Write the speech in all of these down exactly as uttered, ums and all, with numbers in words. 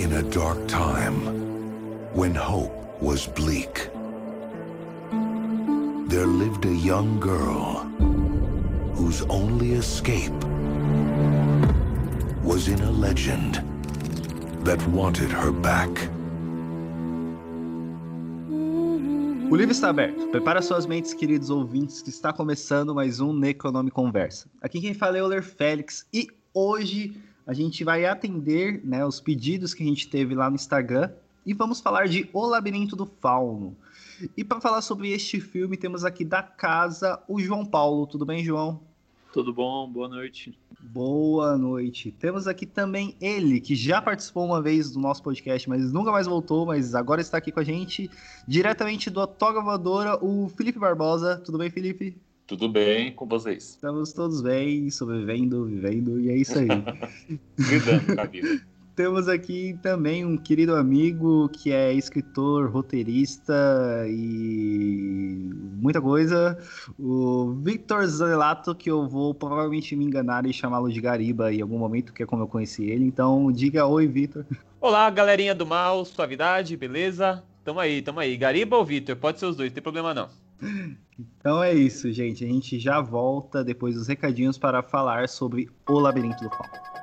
In a dark time, when hope was bleak, there lived a young girl whose only escape was in a legend that wanted her back. O livro está aberto. Prepara suas mentes, queridos ouvintes, que está começando mais um Necronome Conversa. Aqui quem fala é o Euler Félix e hoje a gente vai atender, né, os pedidos que a gente teve lá no Instagram e vamos falar de O Labirinto do Fauno. E para falar sobre este filme temos aqui da casa o João Paulo. Tudo bem, João? Tudo bom, boa noite. Boa noite. Temos aqui também ele, que já participou uma vez do nosso podcast, mas nunca mais voltou, mas agora está aqui com a gente, diretamente do Toga Voadora, o Felipe Barbosa. Tudo bem, Felipe? Tudo bem com vocês? Estamos todos bem, sobrevivendo, vivendo, e é isso aí. Lidando com a vida. Temos aqui também um querido amigo que é escritor, roteirista e muita coisa, o Victor Zanelato, que eu vou provavelmente me enganar e chamá-lo de Gariba em algum momento, que é como eu conheci ele. Então, diga oi, Victor. Olá, galerinha do mal, suavidade, beleza? Tamo aí, tamo aí. Gariba ou Victor? Pode ser os dois, não tem problema não. Então é isso, gente. A gente já volta depois dos recadinhos para falar sobre O Labirinto do Fauno.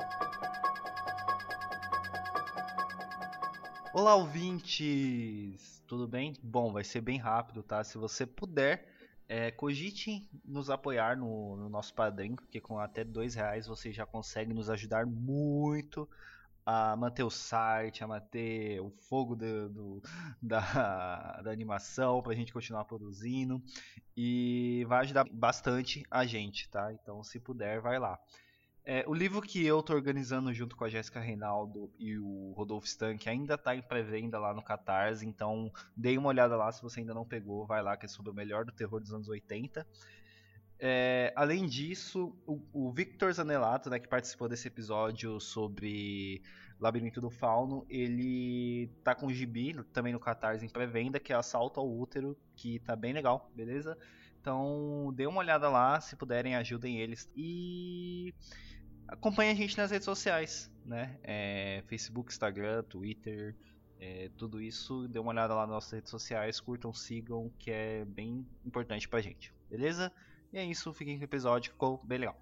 Olá, ouvintes! Tudo bem? Bom, vai ser bem rápido, tá? Se você puder, é, cogite nos apoiar no, no nosso padrinho, porque com até dois reais você já consegue nos ajudar muito a manter o site, a manter o fogo do, do, da, da animação, pra gente continuar produzindo. E vai ajudar bastante a gente, tá? Então, se puder, vai lá. É, o livro que eu tô organizando junto com a Jéssica Reinaldo e o Rodolfo Stank ainda tá em pré-venda lá no Catarse, então dê uma olhada lá se você ainda não pegou, vai lá, que é sobre o melhor do terror dos anos oitenta. É, além disso, o, o Victor Zanelato, né, que participou desse episódio sobre Labirinto do Fauno, ele tá com o gibi também no Catarse em pré-venda, que é Assalto ao Útero, que tá bem legal, beleza? Então dê uma olhada lá, se puderem ajudem eles. E acompanhe a gente nas redes sociais, né? É, Facebook, Instagram, Twitter, é, tudo isso. Dê uma olhada lá nas nossas redes sociais, curtam, sigam, que é bem importante pra gente, beleza? E é isso, fiquem com o episódio, ficou bem legal.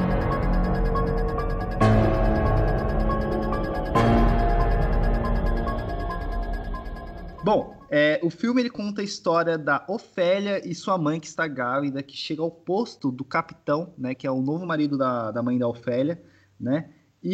Bom, é, o filme ele conta a história da Ofélia e sua mãe que está grávida, que chega ao posto do capitão, né, que é o novo marido da, da mãe da Ofélia, né?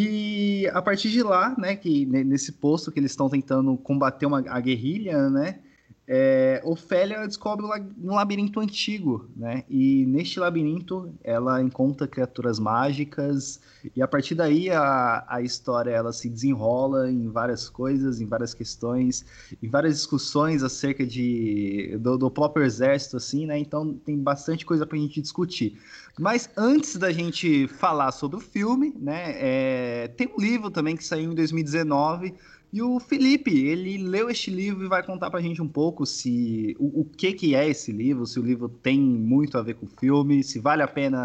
E a partir de lá, né, que nesse posto que eles estão tentando combater uma, a guerrilha, né? É, Ofélia descobre um labirinto antigo, né? E neste labirinto ela encontra criaturas mágicas e a partir daí a, a história ela se desenrola em várias coisas, em várias questões, em várias discussões acerca de, do, do próprio exército, assim, né? Então tem bastante coisa pra gente discutir. Mas antes da gente falar sobre o filme, né? É, tem um livro também que saiu em dois mil e dezenove. E o Felipe, ele leu este livro e vai contar pra gente um pouco se o, o que, que é esse livro, se o livro tem muito a ver com o filme, se vale a pena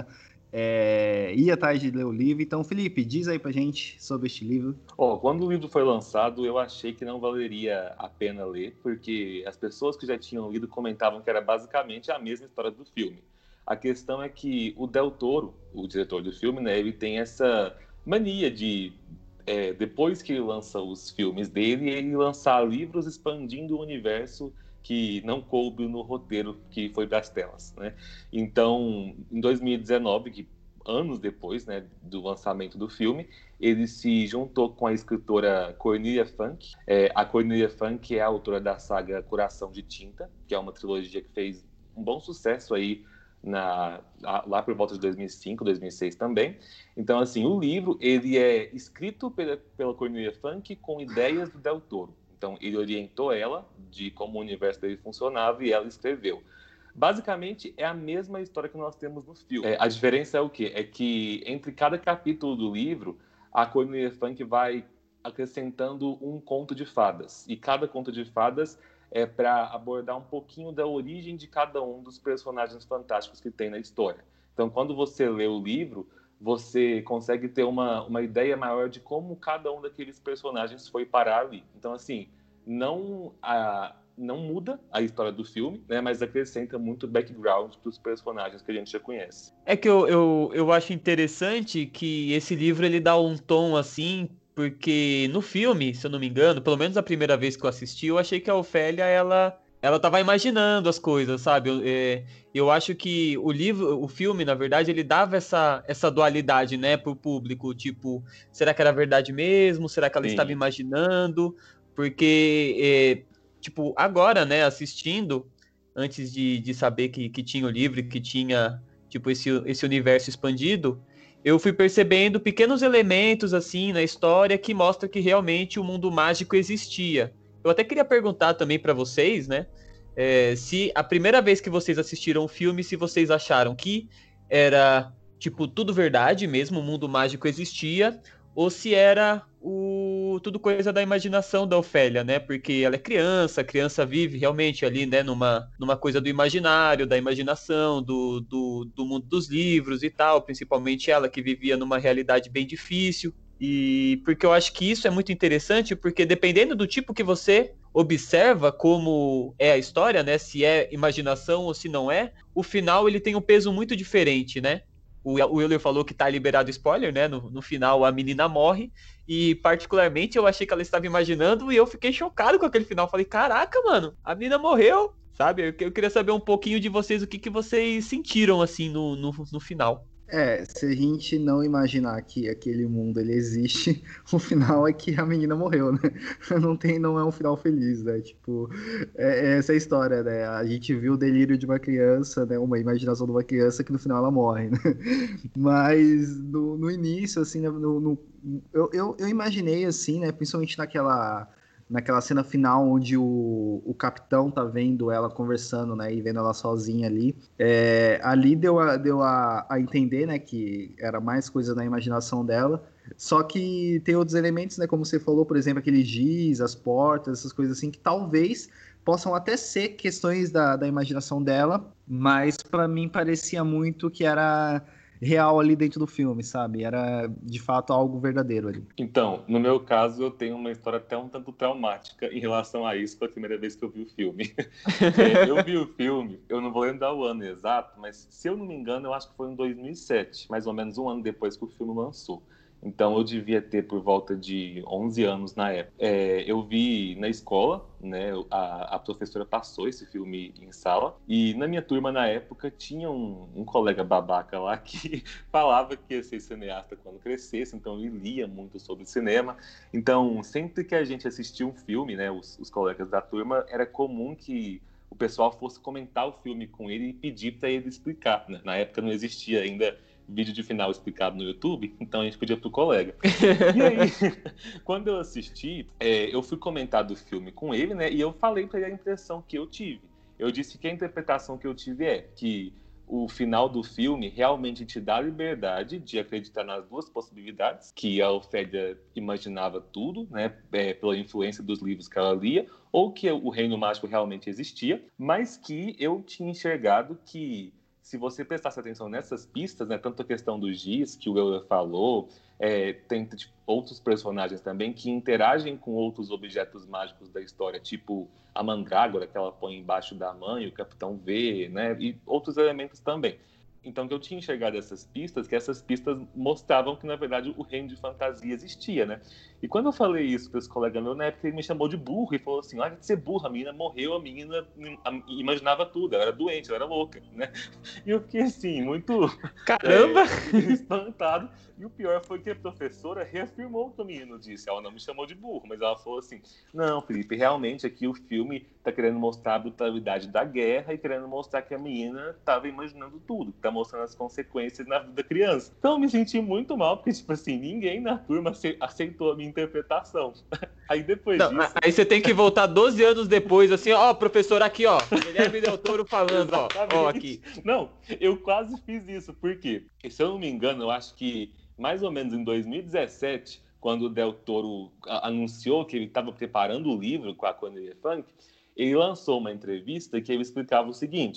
é, ir atrás de ler o livro. Então, Felipe, diz aí pra gente sobre este livro. Oh, quando o livro foi lançado, eu achei que não valeria a pena ler, porque as pessoas que já tinham lido comentavam que era basicamente a mesma história do filme. A questão é que o Del Toro, o diretor do filme, né, ele tem essa mania de... É, depois que ele lança os filmes dele, ele lançar livros expandindo o universo que não coube no roteiro que foi para as telas, né? Então, em dois mil e dezenove, que anos depois, né, do lançamento do filme, ele se juntou com a escritora Cornelia Funke. É, a Cornelia Funke é a autora da saga Coração de Tinta, que é uma trilogia que fez um bom sucesso aí Na, lá por volta de dois mil e cinco, dois mil e seis também. Então, assim, o livro, ele é escrito pela, pela Cornelia Funke com ideias do Del Toro. Então, ele orientou ela de como o universo dele funcionava e ela escreveu. Basicamente, é a mesma história que nós temos no filme. É, a diferença é o quê? É que entre cada capítulo do livro, a Cornelia Funke vai acrescentando um conto de fadas. E cada conto de fadas é para abordar um pouquinho da origem de cada um dos personagens fantásticos que tem na história. Então, quando você lê o livro, você consegue ter uma, uma ideia maior de como cada um daqueles personagens foi parar ali. Então, assim, não, a, não muda a história do filme, né, mas acrescenta muito background para os personagens que a gente já conhece. É que eu, eu, eu acho interessante que esse livro ele dá um tom assim, porque no filme, se eu não me engano, pelo menos a primeira vez que eu assisti, eu achei que a Ofélia, ela, ela tava imaginando as coisas, sabe? Eu, é, eu acho que o livro, o filme, na verdade, ele dava essa, essa dualidade, né, pro público, tipo, será que era verdade mesmo? Será que ela Sim. estava imaginando? Porque, é, tipo, agora, né, assistindo, antes de, de saber que, que tinha o livro, que tinha, tipo, esse, esse universo expandido, eu fui percebendo pequenos elementos, assim, na história que mostram que realmente o mundo mágico existia. Eu até queria perguntar também pra vocês, né, é, se a primeira vez que vocês assistiram o filme, se vocês acharam que era, tipo, tudo verdade mesmo, o mundo mágico existia, ou se era o tudo coisa da imaginação da Ofélia, né? Porque ela é criança, a criança vive realmente ali, né, numa, numa coisa do imaginário, da imaginação, do, do, do mundo dos livros e tal, principalmente ela que vivia numa realidade bem difícil. E porque eu acho que isso é muito interessante, porque dependendo do tipo que você observa como é a história, né, se é imaginação ou se não é, o final ele tem um peso muito diferente, né? O Willer falou que tá liberado spoiler, né? No, no final a menina morre. E particularmente eu achei que ela estava imaginando e eu fiquei chocado com aquele final. Falei, caraca, mano, a menina morreu, sabe? Eu, eu queria saber um pouquinho de vocês, o que, que vocês sentiram, assim, no, no, no final. É, se a gente não imaginar que aquele mundo ele existe, o final é que a menina morreu, né? Não tem, não é um final feliz, né? Tipo, é, é essa a história, né? A gente viu o delírio de uma criança, né? Uma imaginação de uma criança que no final ela morre, né? Mas no, no início, assim, no, no, eu, eu, eu imaginei assim, né? Principalmente naquela naquela cena final onde o, o capitão tá vendo ela conversando, né, e vendo ela sozinha ali, é, ali deu, a, deu a, a entender, né, que era mais coisa na imaginação dela, só que tem outros elementos, né, como você falou, por exemplo, aquele giz, as portas, essas coisas assim, que talvez possam até ser questões da, da imaginação dela, mas para mim parecia muito que era real ali dentro do filme, sabe? Era, de fato, algo verdadeiro ali. Então, no meu caso, eu tenho uma história até um tanto traumática em relação a isso, foi a primeira vez que eu vi o filme. é, eu vi o filme, eu não vou lembrar o ano exato, mas se eu não me engano, eu acho que foi em dois mil e sete, mais ou menos um ano depois que o filme lançou. Então, eu devia ter por volta de onze anos na época. É, eu vi na escola, né, a, a professora passou esse filme em sala, e na minha turma, na época, tinha um, um colega babaca lá que falava que ia ser cineasta quando crescesse, então ele lia muito sobre cinema. Então, sempre que a gente assistia um filme, né, os, os colegas da turma, era comum que o pessoal fosse comentar o filme com ele e pedir para ele explicar, né? Na época não existia ainda vídeo de final explicado no YouTube, então a gente pedia pro colega. E aí, quando eu assisti, é, eu fui comentar do filme com ele, né, e eu falei para ele a impressão que eu tive. Eu disse que a interpretação que eu tive é que o final do filme realmente te dá a liberdade de acreditar nas duas possibilidades, que a Ofélia imaginava tudo, né, é, pela influência dos livros que ela lia, ou que o reino mágico realmente existia, mas que eu tinha enxergado que se você prestasse atenção nessas pistas, né, tanto a questão do giz, que o Euler falou, é, tem tipo, outros personagens também que interagem com outros objetos mágicos da história, tipo a mandrágora que ela põe embaixo da mãe, o capitão vê, né, e outros elementos também. Então, que eu tinha enxergado essas pistas, que essas pistas mostravam que, na verdade, o reino de fantasia existia, né? E quando eu falei isso para esse colega meu, na época ele me chamou de burro e falou assim, ah, de ser burra, a menina morreu, a menina imaginava tudo, ela era doente, ela era louca, né? E eu fiquei assim, muito... Caramba! É, espantado. E o pior foi que a professora reafirmou o que o menino disse. Ela não me chamou de burro, mas ela falou assim, não, Felipe, realmente aqui o filme tá querendo mostrar a brutalidade da guerra e querendo mostrar que a menina tava imaginando tudo, que tá mostrando as consequências na vida da criança. Então eu me senti muito mal, porque, tipo assim, ninguém na turma aceitou a minha interpretação. Aí depois não, disso... Aí você tem que voltar doze anos depois, assim, ó, professor, aqui, ó, Guilherme Del Toro falando, ó, ó, aqui. Não, eu quase fiz isso, por quê? Se eu não me engano, eu acho que mais ou menos em dois mil e dezessete, quando o Del Toro anunciou que ele estava preparando o livro com a Cornelia Funke, ele lançou uma entrevista que ele explicava o seguinte,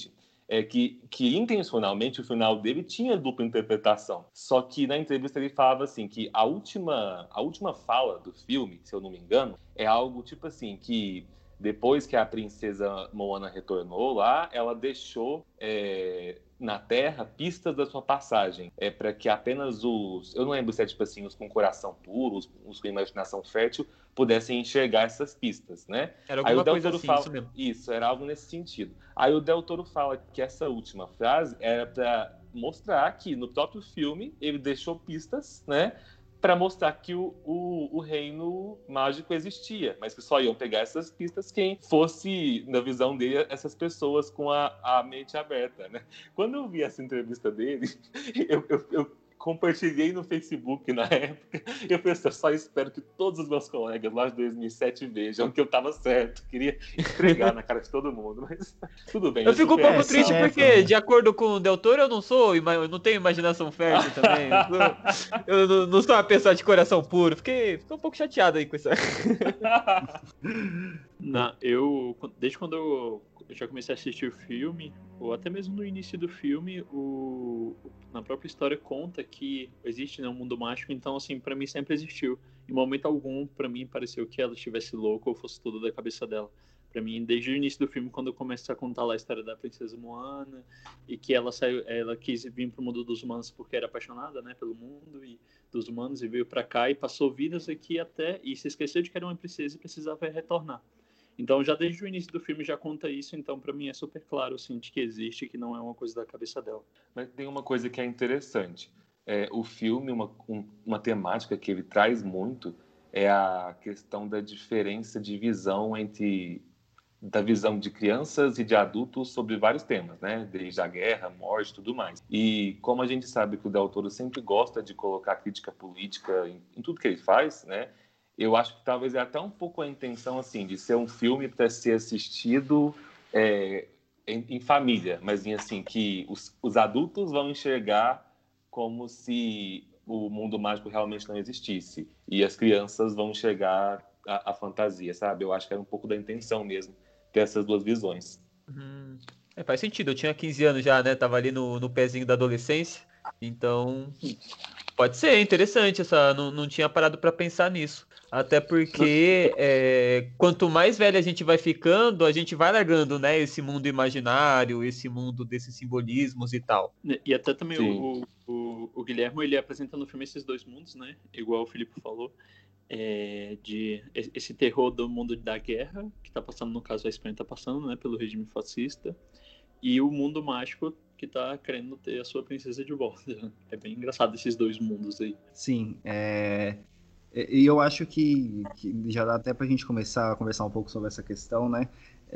é que, que intencionalmente o final dele tinha dupla interpretação. Só que na entrevista ele falava assim que a última, a última fala do filme, se eu não me engano, é algo tipo assim, que depois que a princesa Moana retornou lá, ela deixou é, na Terra pistas da sua passagem. É para que apenas os... Eu não lembro se é tipo assim, os com coração puro, os, os com imaginação fértil, pudessem enxergar essas pistas, né? Era alguma coisa assim, fala, isso mesmo. Isso, era algo nesse sentido. Aí o Del Toro fala que essa última frase era para mostrar que no próprio filme ele deixou pistas, né? Para mostrar que o, o, o reino mágico existia, mas que só iam pegar essas pistas quem fosse, na visão dele, essas pessoas com a, a mente aberta, né? Quando eu vi essa entrevista dele, eu, eu, eu compartilhei no Facebook na época, e eu pensei, só espero que todos os meus colegas lá de dois mil e sete vejam que eu tava certo, queria entregar na cara de todo mundo, mas tudo bem. Eu fico um pouco é, triste certo, porque, né? de acordo com o Del Toro, eu não sou, eu não tenho imaginação fértil também, eu, sou, eu não, não sou uma pessoa de coração puro, fiquei, fiquei um pouco chateado aí com isso. Na, eu, desde quando eu, eu já comecei a assistir o filme, ou até mesmo no início do filme, o, na própria história conta que existe, né, um mundo mágico, então, assim, pra mim sempre existiu. Em momento algum, pra mim, pareceu que ela estivesse louca ou fosse tudo da cabeça dela. Pra mim, desde o início do filme, quando eu começo a contar lá a história da princesa Moana, e que ela saiu, ela quis vir pro mundo dos humanos porque era apaixonada, né, pelo mundo e dos humanos, e veio pra cá e passou vidas aqui até, e se esqueceu de que era uma princesa e precisava retornar. Então, já desde o início do filme já conta isso, então pra mim é super claro, assim, de que existe, que não é uma coisa da cabeça dela. Mas tem uma coisa que é interessante. É, o filme, uma, um, uma temática que ele traz muito é a questão da diferença de visão entre da visão de crianças e de adultos sobre vários temas, né? Desde a guerra, morte e tudo mais. E como a gente sabe que o Del Toro sempre gosta de colocar crítica política em, em tudo que ele faz, né? Eu acho que talvez é até um pouco a intenção, assim, de ser um filme para ser assistido é, em, em família, mas em, assim, que os, os adultos vão enxergar como se o mundo mágico realmente não existisse e as crianças vão enxergar a, a fantasia, sabe? Eu acho que era um pouco da intenção mesmo, ter essas duas visões. Hum, é, faz sentido, eu tinha quinze anos já, né? Tava ali no, no pezinho da adolescência, então pode ser interessante, essa, não, não tinha parado para pensar nisso. Até porque é, quanto mais velho a gente vai ficando, a gente vai largando, né, esse mundo imaginário, esse mundo desses simbolismos e tal. E até também o, o, o Guilherme, ele apresenta no filme esses dois mundos, né? Igual o Filipe falou, é, de esse terror do mundo da guerra, que tá passando, no caso a Espanha tá passando, né, pelo regime fascista, e o mundo mágico que tá querendo ter a sua princesa de volta. É bem engraçado esses dois mundos aí. Sim, é... E eu acho que, que já dá até pra gente começar a conversar um pouco sobre essa questão, né?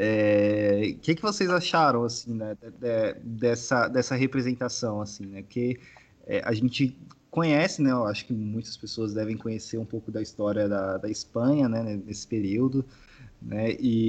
É, o que, que vocês acharam, assim, né, de, dessa, dessa representação, assim, né? Porque é, a gente conhece, né? Eu acho que muitas pessoas devem conhecer um pouco da história da, da Espanha, né? Nesse período, né?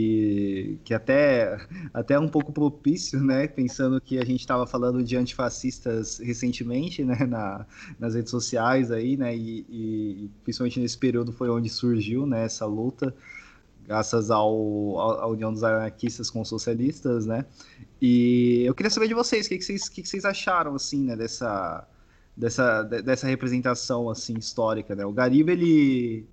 E que até, até é um pouco propício, né? Pensando que a gente estava falando de antifascistas recentemente, né? Na, nas redes sociais aí, né? E, e principalmente nesse período foi onde surgiu, né? Essa luta, graças ao, à união dos anarquistas com os socialistas, né? E eu queria saber de vocês, o que, que, vocês, que, que vocês acharam, assim, né? Dessa, dessa, dessa representação, assim, histórica, né? O Gariba, ele...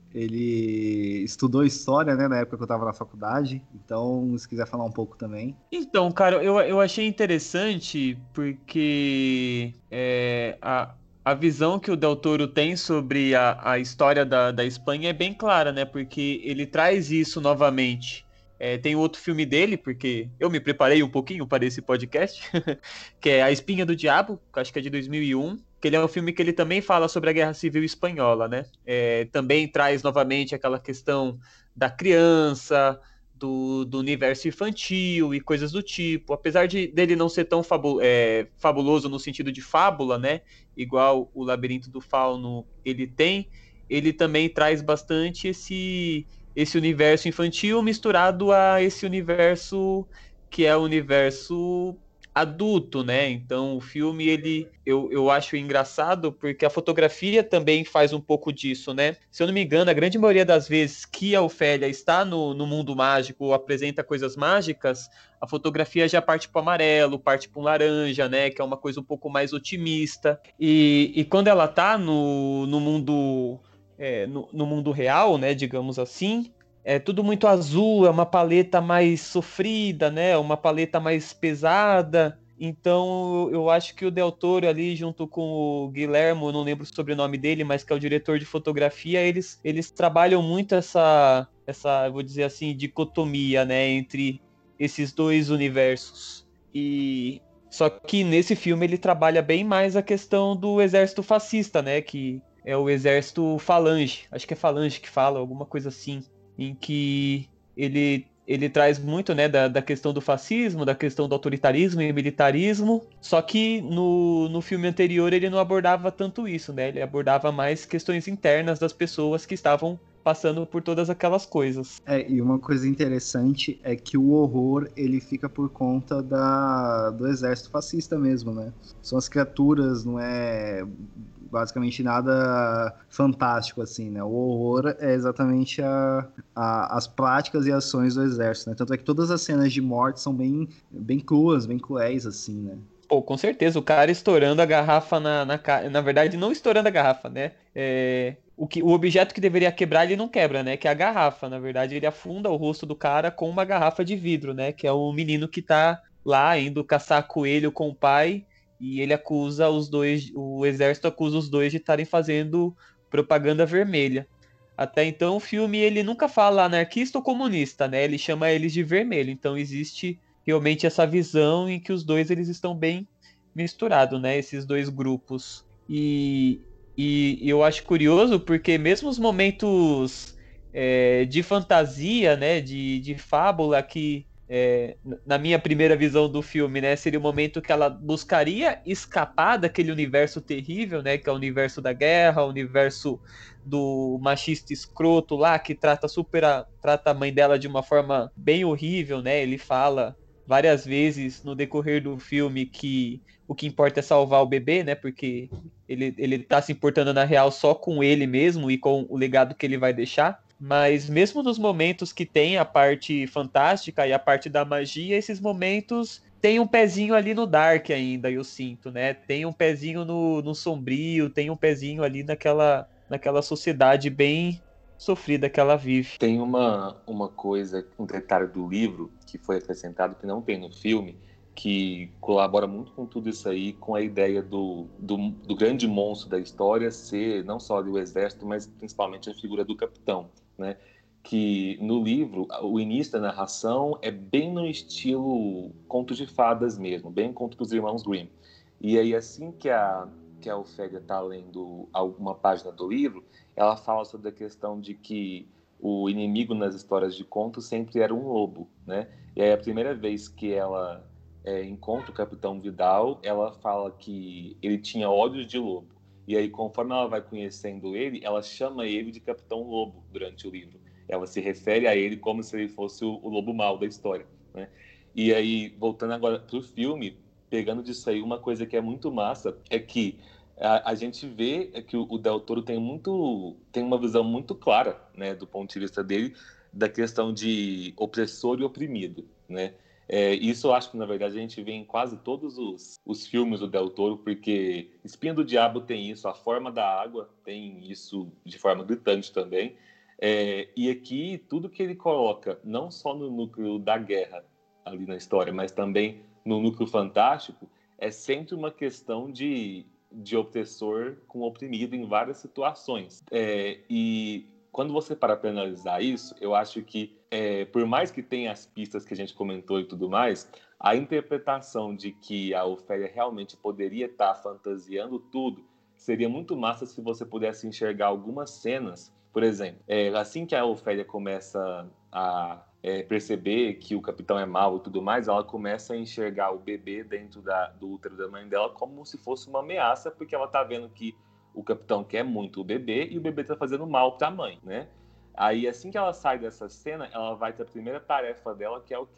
Ele estudou história, né, na época que eu estava na faculdade, então se quiser falar um pouco também. Então, cara, eu, eu achei interessante porque é, a, a visão que o Del Toro tem sobre a, a história da, da Espanha é bem clara, né, porque ele traz isso novamente. É, tem outro filme dele, porque eu me preparei um pouquinho para esse podcast, que é A Espinha do Diabo, que acho que é de dois mil e um, que ele é um filme que ele também fala sobre a Guerra Civil Espanhola, né? É, também traz novamente aquela questão da criança, do, do universo infantil e coisas do tipo. Apesar de dele não ser tão fabu é, fabuloso no sentido de fábula, né? Igual o Labirinto do Fauno ele tem, ele também traz bastante esse, esse universo infantil misturado a esse universo que é o universo adulto, né? Então o filme, ele eu, eu acho engraçado porque a fotografia também faz um pouco disso, né? Se eu não me engano, a grande maioria das vezes que a Ofélia está no, no mundo mágico ou apresenta coisas mágicas, a fotografia já parte para o amarelo, parte para o laranja, né? Que é uma coisa um pouco mais otimista. E, e quando ela tá no, no mundo é, no, no mundo real, né? Digamos assim, é tudo muito azul, é uma paleta mais sofrida, né? Uma paleta mais pesada. Então, eu acho que o Del Toro ali, junto com o Guillermo, não lembro o sobrenome dele, mas que é o diretor de fotografia, eles, eles trabalham muito essa, essa, vou dizer assim, dicotomia, né? Entre esses dois universos. E só que nesse filme ele trabalha bem mais a questão do exército fascista, né? Que é o exército Falange. Acho que é Falange que fala, alguma coisa assim, em que ele, ele traz muito, né, da, da questão do fascismo, da questão do autoritarismo e militarismo, só que no, no filme anterior ele não abordava tanto isso, né, ele abordava mais questões internas das pessoas que estavam passando por todas aquelas coisas. É, e uma coisa interessante é que o horror, ele fica por conta da, do exército fascista mesmo, né? São as criaturas, não é basicamente nada fantástico, assim, né? O horror é exatamente a, a, as práticas e ações do exército, né? Tanto é que todas as cenas de morte são bem, bem cruas, bem cruéis, assim, né? Pô, com certeza, o cara estourando a garrafa na... Na, na verdade, não estourando a garrafa, né? É... O, que, o objeto que deveria quebrar, ele não quebra, né? Que é a garrafa. Na verdade, ele afunda o rosto do cara com uma garrafa de vidro, né? Que é o menino que tá lá indo caçar coelho com o pai. E ele acusa os dois... O exército acusa os dois de estarem fazendo propaganda vermelha. Até então, o filme, ele nunca fala anarquista ou comunista, né? Ele chama eles de vermelho. Então, existe realmente essa visão em que os dois, eles estão bem misturados, né? Esses dois grupos. E... E eu acho curioso porque mesmo os momentos é, de fantasia, né, de, de fábula, que é, na minha primeira visão do filme, né, seria o momento que ela buscaria escapar daquele universo terrível, né, que é o universo da guerra, o universo do machista escroto lá, que trata super a, trata a mãe dela de uma forma bem horrível, né, ele fala várias vezes no decorrer do filme que o que importa é salvar o bebê, né, porque ele, ele tá se importando na real só com ele mesmo e com o legado que ele vai deixar. Mas mesmo nos momentos que tem a parte fantástica e a parte da magia, esses momentos tem um pezinho ali no dark ainda, eu sinto, né? Tem um pezinho no, no sombrio, tem um pezinho ali naquela, naquela sociedade bem sofrida que ela vive. Tem uma, uma coisa, um detalhe do livro que foi acrescentado que não tem no filme, que colabora muito com tudo isso aí, com a ideia do, do, do grande monstro da história ser não só do exército, mas principalmente a figura do capitão, né? Que no livro, o início da narração é bem no estilo conto de fadas mesmo, bem conto dos irmãos Grimm. E aí assim que a, que a Ofélia está lendo alguma página do livro, ela fala sobre a questão de que o inimigo nas histórias de conto sempre era um lobo, né? E aí a primeira vez que ela É, encontra o Capitão Vidal, ela fala que ele tinha olhos de lobo. E aí, conforme ela vai conhecendo ele, ela chama ele de Capitão Lobo durante o livro. Ela se refere a ele como se ele fosse o, o lobo mau da história, né? E aí, voltando agora pro filme, pegando disso aí, uma coisa que é muito massa é que a, a gente vê que o, o Del Toro tem, muito, tem uma visão muito clara, né, do ponto de vista dele, da questão de opressor e oprimido, né? É, isso eu acho que, na verdade, a gente vê em quase todos os, os filmes do Del Toro, porque Espinha do Diabo tem isso, A Forma da Água tem isso de forma gritante também. É, e aqui, tudo que ele coloca, não só no núcleo da guerra ali na história, mas também no núcleo fantástico, é sempre uma questão de, de opressor com oprimido em várias situações. É, e quando você para para analisar isso, eu acho que, é, por mais que tenha as pistas que a gente comentou e tudo mais, a interpretação de que a Ofélia realmente poderia estar fantasiando tudo seria muito massa se você pudesse enxergar algumas cenas. Por exemplo, é, assim que a Ofélia começa a é, perceber que o capitão é mau e tudo mais, ela começa a enxergar o bebê dentro da, do útero da mãe dela como se fosse uma ameaça, porque ela está vendo que o capitão quer muito o bebê e o bebê está fazendo mal para a mãe, né? Aí, assim que ela sai dessa cena, ela vai ter a primeira tarefa dela, que é o quê?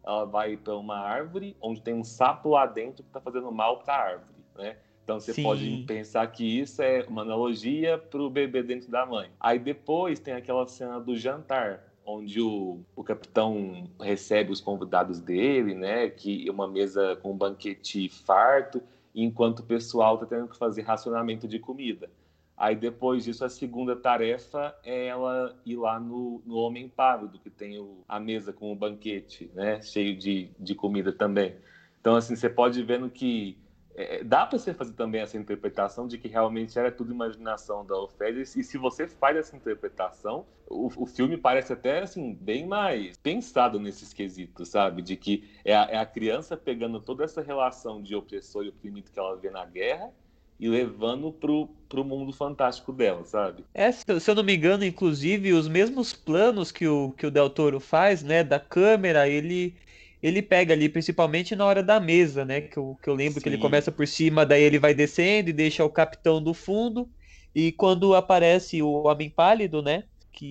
ela vai para uma árvore onde tem um sapo lá dentro que está fazendo mal para a árvore, né? Então você Sim. pode pensar que isso é uma analogia para o bebê dentro da mãe. Aí depois tem aquela cena do jantar, onde o, o capitão recebe os convidados dele, né? Que é uma mesa com um banquete farto, enquanto o pessoal está tendo que fazer racionamento de comida. Aí depois disso, a segunda tarefa é ela ir lá no, no Homem Pálido, que tem o, a mesa com o banquete, né? Cheio de, de comida também. Então, assim, você pode ir vendo que é, dá para você fazer também essa interpretação de que realmente era tudo imaginação da Ofélia, e se você faz essa interpretação, o, o filme parece até assim, bem mais pensado nesses quesitos, sabe? De que é a, é a criança pegando toda essa relação de opressor e oprimido que ela vê na guerra e levando pro, pro mundo fantástico dela, sabe? É, se eu não me engano, inclusive, os mesmos planos que o, que o Del Toro faz, né, da câmera, ele... ele pega ali, principalmente na hora da mesa, né? Que eu, que eu lembro Sim. que ele começa por cima, daí ele vai descendo e deixa o capitão do fundo. E quando aparece o Homem Pálido, né?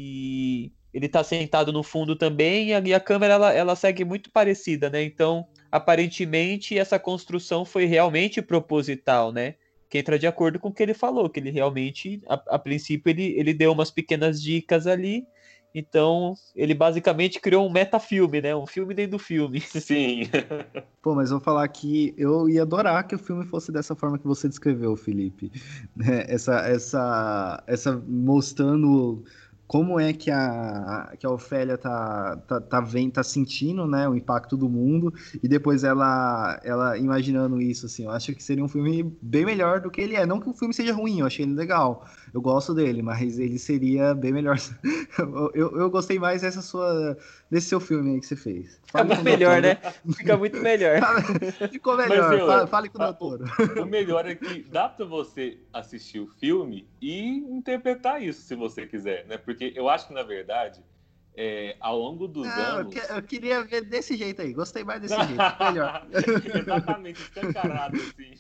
Que ele tá sentado no fundo também, e a câmera ela, ela segue muito parecida, né? Então, aparentemente, essa construção foi realmente proposital, né? Que entra de acordo com o que ele falou, que ele realmente, a, a princípio, ele, ele deu umas pequenas dicas ali. Então, ele basicamente criou um metafilme, né? Um filme dentro do filme. Sim. Pô, mas vou falar que eu ia adorar que o filme fosse dessa forma que você descreveu, Felipe. Né? Essa, essa, essa mostrando como é que a, que a Ofélia tá, tá, tá, vendo, tá sentindo, né, o impacto do mundo, e depois ela, ela imaginando isso, assim. Eu acho que seria um filme bem melhor do que ele é. Não que o filme seja ruim, eu achei ele legal. Eu gosto dele, mas ele seria bem melhor. eu, eu, eu gostei mais dessa sua, desse seu filme aí que você fez. Fica muito melhor, né? Fica muito melhor. Ficou melhor, Mas, fale, fale com o doutor. O, o melhor é que dá pra você assistir o filme e interpretar isso, se você quiser, né? Porque eu acho que, na verdade, é, ao longo dos Não, anos... Eu, que, eu queria ver desse jeito aí, gostei mais desse jeito, melhor. Exatamente, escancarado, assim.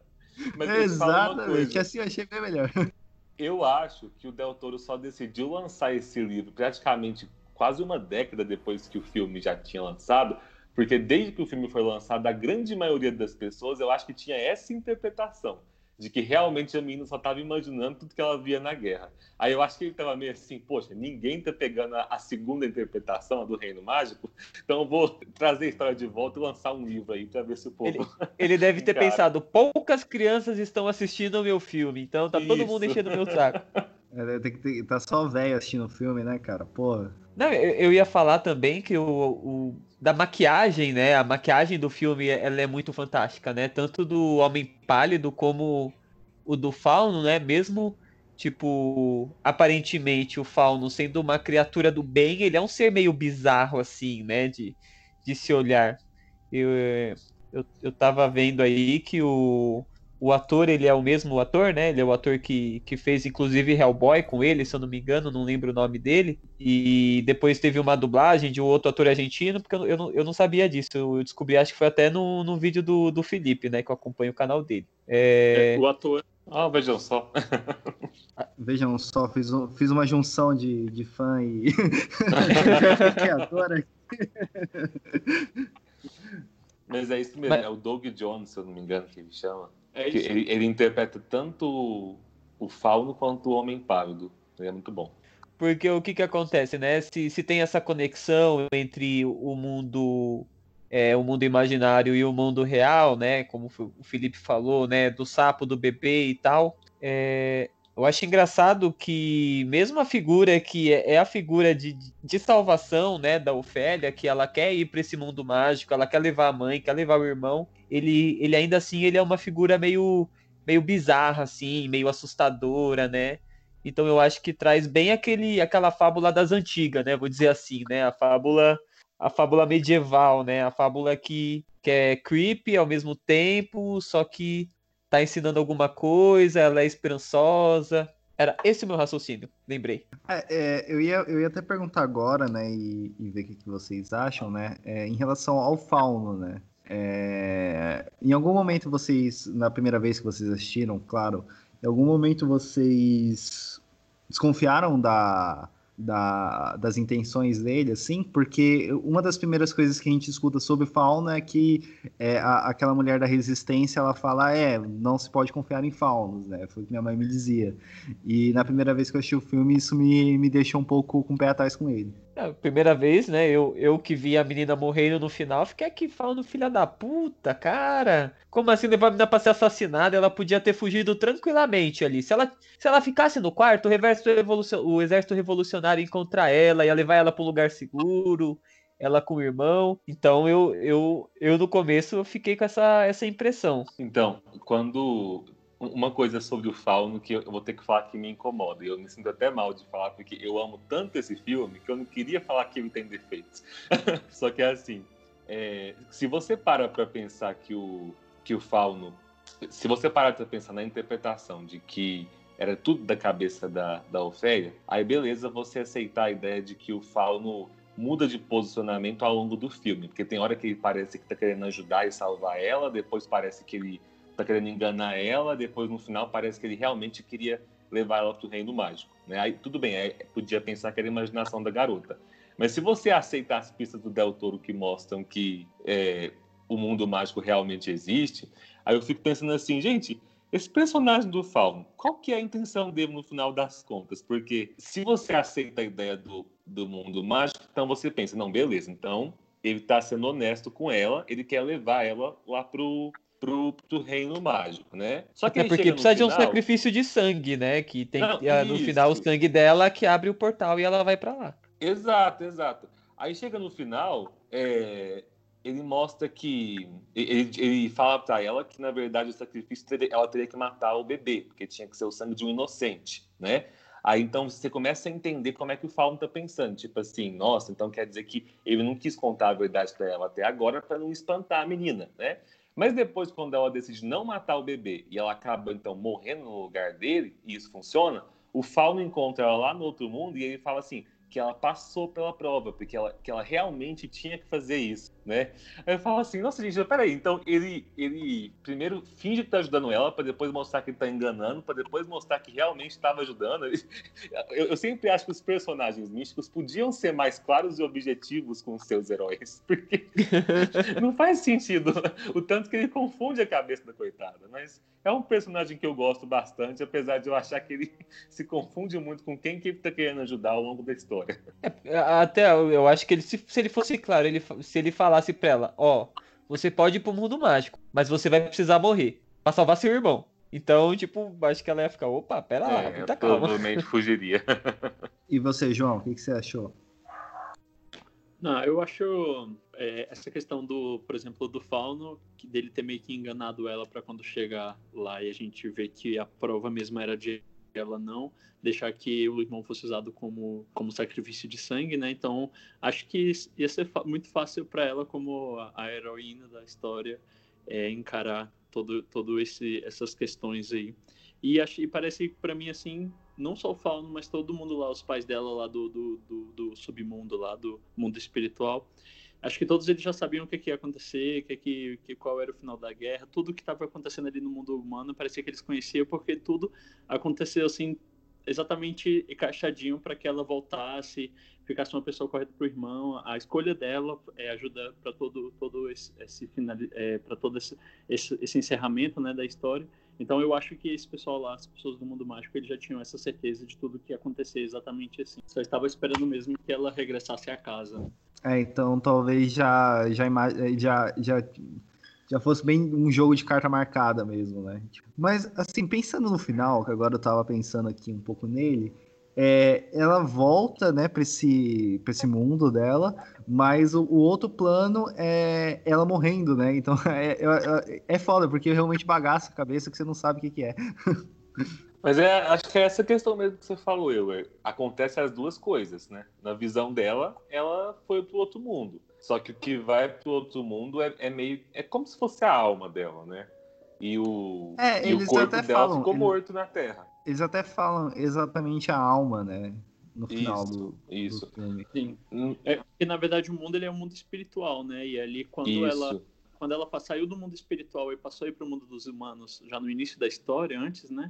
Mas Exatamente, assim eu achei bem melhor. Eu acho que o Del Toro só decidiu lançar esse livro praticamente quase uma década depois que o filme já tinha lançado, porque desde que o filme foi lançado, a grande maioria das pessoas, eu acho que tinha essa interpretação, de que realmente a menina só estava imaginando tudo que ela via na guerra. Aí eu acho que ele estava meio assim, poxa, ninguém tá pegando a, a segunda interpretação, a do Reino Mágico, então eu vou trazer a história de volta e lançar um livro aí para ver se o povo... Ele, ele deve ter Cara. pensado, poucas crianças estão assistindo o meu filme, então tá todo Isso. mundo enchendo o meu saco. É, tem que ter, tá só velho assistindo o filme, né, cara? Porra. Não, eu, eu ia falar também que o, o da maquiagem, né? A maquiagem do filme ela é muito fantástica, né? Tanto do Homem Pálido como o do Fauno, né? Mesmo, tipo, aparentemente o Fauno sendo uma criatura do bem, ele é um ser meio bizarro, assim, né? De, de se olhar. Eu, eu, eu tava vendo aí que o, o ator, ele é o mesmo ator, né? Ele é o ator que, que fez, inclusive, Hellboy com ele, se eu não me engano, não lembro o nome dele. E depois teve uma dublagem de um outro ator argentino, porque eu, eu, não, eu não sabia disso. Eu descobri, acho que foi até no, no vídeo do, do Felipe, né? Que eu acompanho o canal dele. É... É, o ator... Ah, vejam só. Vejam só, fiz, um, fiz uma junção de, de fã e... que adora. Mas é isso mesmo, Mas... é o Doug Jones, se eu não me engano, que ele chama. É que isso. ele, ele interpreta tanto o, o Fauno quanto o Homem Pálido. Ele é muito bom. Porque o que que acontece, né? Se, se tem essa conexão entre o mundo, é, o mundo imaginário e o mundo real, né? Como o Felipe falou, né? Do sapo, do bebê e tal. É, eu acho engraçado que mesmo a figura que é, é a figura de, de salvação, né? Da Ofélia, que ela quer ir para esse mundo mágico, ela quer levar a mãe, quer levar o irmão. Ele, ele ainda assim ele é uma figura meio, meio bizarra, assim, meio assustadora, né? Então eu acho que traz bem aquele, aquela fábula das antigas, né? Vou dizer assim, né? A fábula, a fábula medieval, né? A fábula que, que é creepy ao mesmo tempo, só que tá ensinando alguma coisa, ela é esperançosa. Era esse o meu raciocínio, lembrei. É, é, eu, ia, eu ia até perguntar agora, né? E, e ver o que, que vocês acham, né? É, em relação ao Fauno, né? É, em algum momento vocês, na primeira vez que vocês assistiram, claro, em algum momento vocês desconfiaram da, da, das intenções dele, assim, porque uma das primeiras coisas que a gente escuta sobre Fauno é que é, a, aquela mulher da resistência, ela fala, é, não se pode confiar em faunos, né? Foi o que minha mãe me dizia. E na primeira vez que eu assisti o filme, isso me, me deixou um pouco com o pé atrás com ele. É, primeira vez, né? Eu, eu que vi a menina morrendo no final, fiquei aqui falando, filha da puta, cara. Como assim levar a menina pra ser assassinada? Ela podia ter fugido tranquilamente ali. Se ela, se ela ficasse no quarto, o, reverso revolucion... o exército revolucionário ia encontrar ela, ia levar ela pra um lugar seguro, ela com o irmão. Então eu, eu, eu no começo eu fiquei com essa, essa impressão. Então, quando... Uma coisa sobre o Fauno que eu vou ter que falar que me incomoda. E eu me sinto até mal de falar, porque eu amo tanto esse filme que eu não queria falar que ele tem defeitos. Só que é assim, é, se você para pra pensar que o, que o Fauno... Se você parar pra pensar na interpretação de que era tudo da cabeça da, da Ofélia, aí beleza você aceitar a ideia de que o Fauno muda de posicionamento ao longo do filme. Porque tem hora que ele parece que tá querendo ajudar e salvar ela, depois parece que ele tá querendo enganar ela, depois no final parece que ele realmente queria levar ela pro reino mágico, né? Aí tudo bem, aí, podia pensar que era a imaginação da garota. Mas se você aceitar as pistas do Del Toro que mostram que é, o mundo mágico realmente existe, aí eu fico pensando assim, gente, esse personagem do Fauno, qual que é a intenção dele no final das contas? Porque se você aceita a ideia do, do mundo mágico, então você pensa, não, beleza, então ele tá sendo honesto com ela, ele quer levar ela lá pro... Pro, pro reino mágico, né? Só que É aí porque chega no precisa de um final... sacrifício de sangue, né? Que tem Não, que ter, no isso. final o sangue dela que abre o portal e ela vai pra lá. Exato, exato. Aí chega no final, é, ele mostra que... Ele, ele fala pra ela que, na verdade, o sacrifício, teria, ela teria que matar o bebê, porque tinha que ser o sangue de um inocente, né? Aí, então, você começa a entender como é que o Fauno tá pensando. Tipo assim, nossa, então quer dizer que ele não quis contar a verdade pra ela até agora pra não espantar a menina, né? Mas depois, quando ela decide não matar o bebê e ela acaba, então, morrendo no lugar dele, e isso funciona, o Fauno encontra ela lá no outro mundo e ele fala assim, que ela passou pela prova, porque ela, que ela realmente tinha que fazer isso, né? Aí eu falo assim, nossa, gente, peraí, então ele, ele primeiro finge que tá ajudando ela, para depois mostrar que ele tá enganando, para depois mostrar que realmente estava ajudando. Eu, eu sempre acho que os personagens místicos podiam ser mais claros e objetivos com os seus heróis, porque não faz sentido o tanto que ele confunde a cabeça da coitada, mas é um personagem que eu gosto bastante, apesar de eu achar que ele se confunde muito com quem que ele tá querendo ajudar ao longo da história. É, até eu acho que ele, se, se ele fosse claro, ele, se ele falasse pra ela, ó, você pode ir pro mundo mágico, mas você vai precisar morrer pra salvar seu irmão. Então, tipo, acho que ela ia ficar, opa, pera lá, É, muita calma. Provavelmente fugiria. E você, João, o que, que você achou? Não, eu acho é, essa questão do, por exemplo, do Fauno, que dele ter meio que enganado ela para quando chegar lá e a gente vê que a prova mesmo era de ela não deixar que o irmão fosse usado como, como sacrifício de sangue, né? Então, acho que ia ser muito fácil para ela, como a, a heroína da história, é, encarar todo, todo esse, essas questões aí. E, acho, e parece para mim, assim, não só o Fauno, mas todo mundo lá, os pais dela lá do, do, do, do submundo lá, do mundo espiritual, acho que todos eles já sabiam o que, que ia acontecer, que, que, que, qual era o final da guerra, tudo que estava acontecendo ali no mundo humano, parecia que eles conheciam, porque tudo aconteceu assim, exatamente encaixadinho para que ela voltasse, ficasse uma pessoa correta para o irmão. A escolha dela é ajudar para todo, todo esse, esse final, é, para todo esse, esse, esse encerramento, né, da história. Então eu acho que esse pessoal lá, as pessoas do mundo mágico, eles já tinham essa certeza de tudo que ia acontecer exatamente assim. Só estava esperando mesmo que ela regressasse à casa. É, então talvez já já, já, já, já fosse bem um jogo de carta marcada mesmo, né? Mas, assim, pensando no final, que agora eu tava pensando aqui um pouco nele, é, ela volta, né, pra esse, pra esse mundo dela, mas o, o outro plano é ela morrendo, né? Então é, é, é foda, porque realmente bagaça a cabeça que você não sabe o que, que é. Mas é, acho que é essa questão mesmo que você falou, Euler. Acontece as duas coisas, né? Na visão dela, ela foi pro outro mundo. Só que o que vai pro outro mundo é, é meio... É como se fosse a alma dela, né? E o, É, e o corpo até dela falam, ficou eles, morto na Terra. Eles até falam exatamente a alma, né? No final Isso, do, isso. do filme. Sim. Hum, É, porque, na verdade, o mundo ele é um mundo espiritual, né? E ali, quando Isso. ela quando ela saiu do mundo espiritual e passou aí para o mundo dos humanos, já no início da história, antes, né?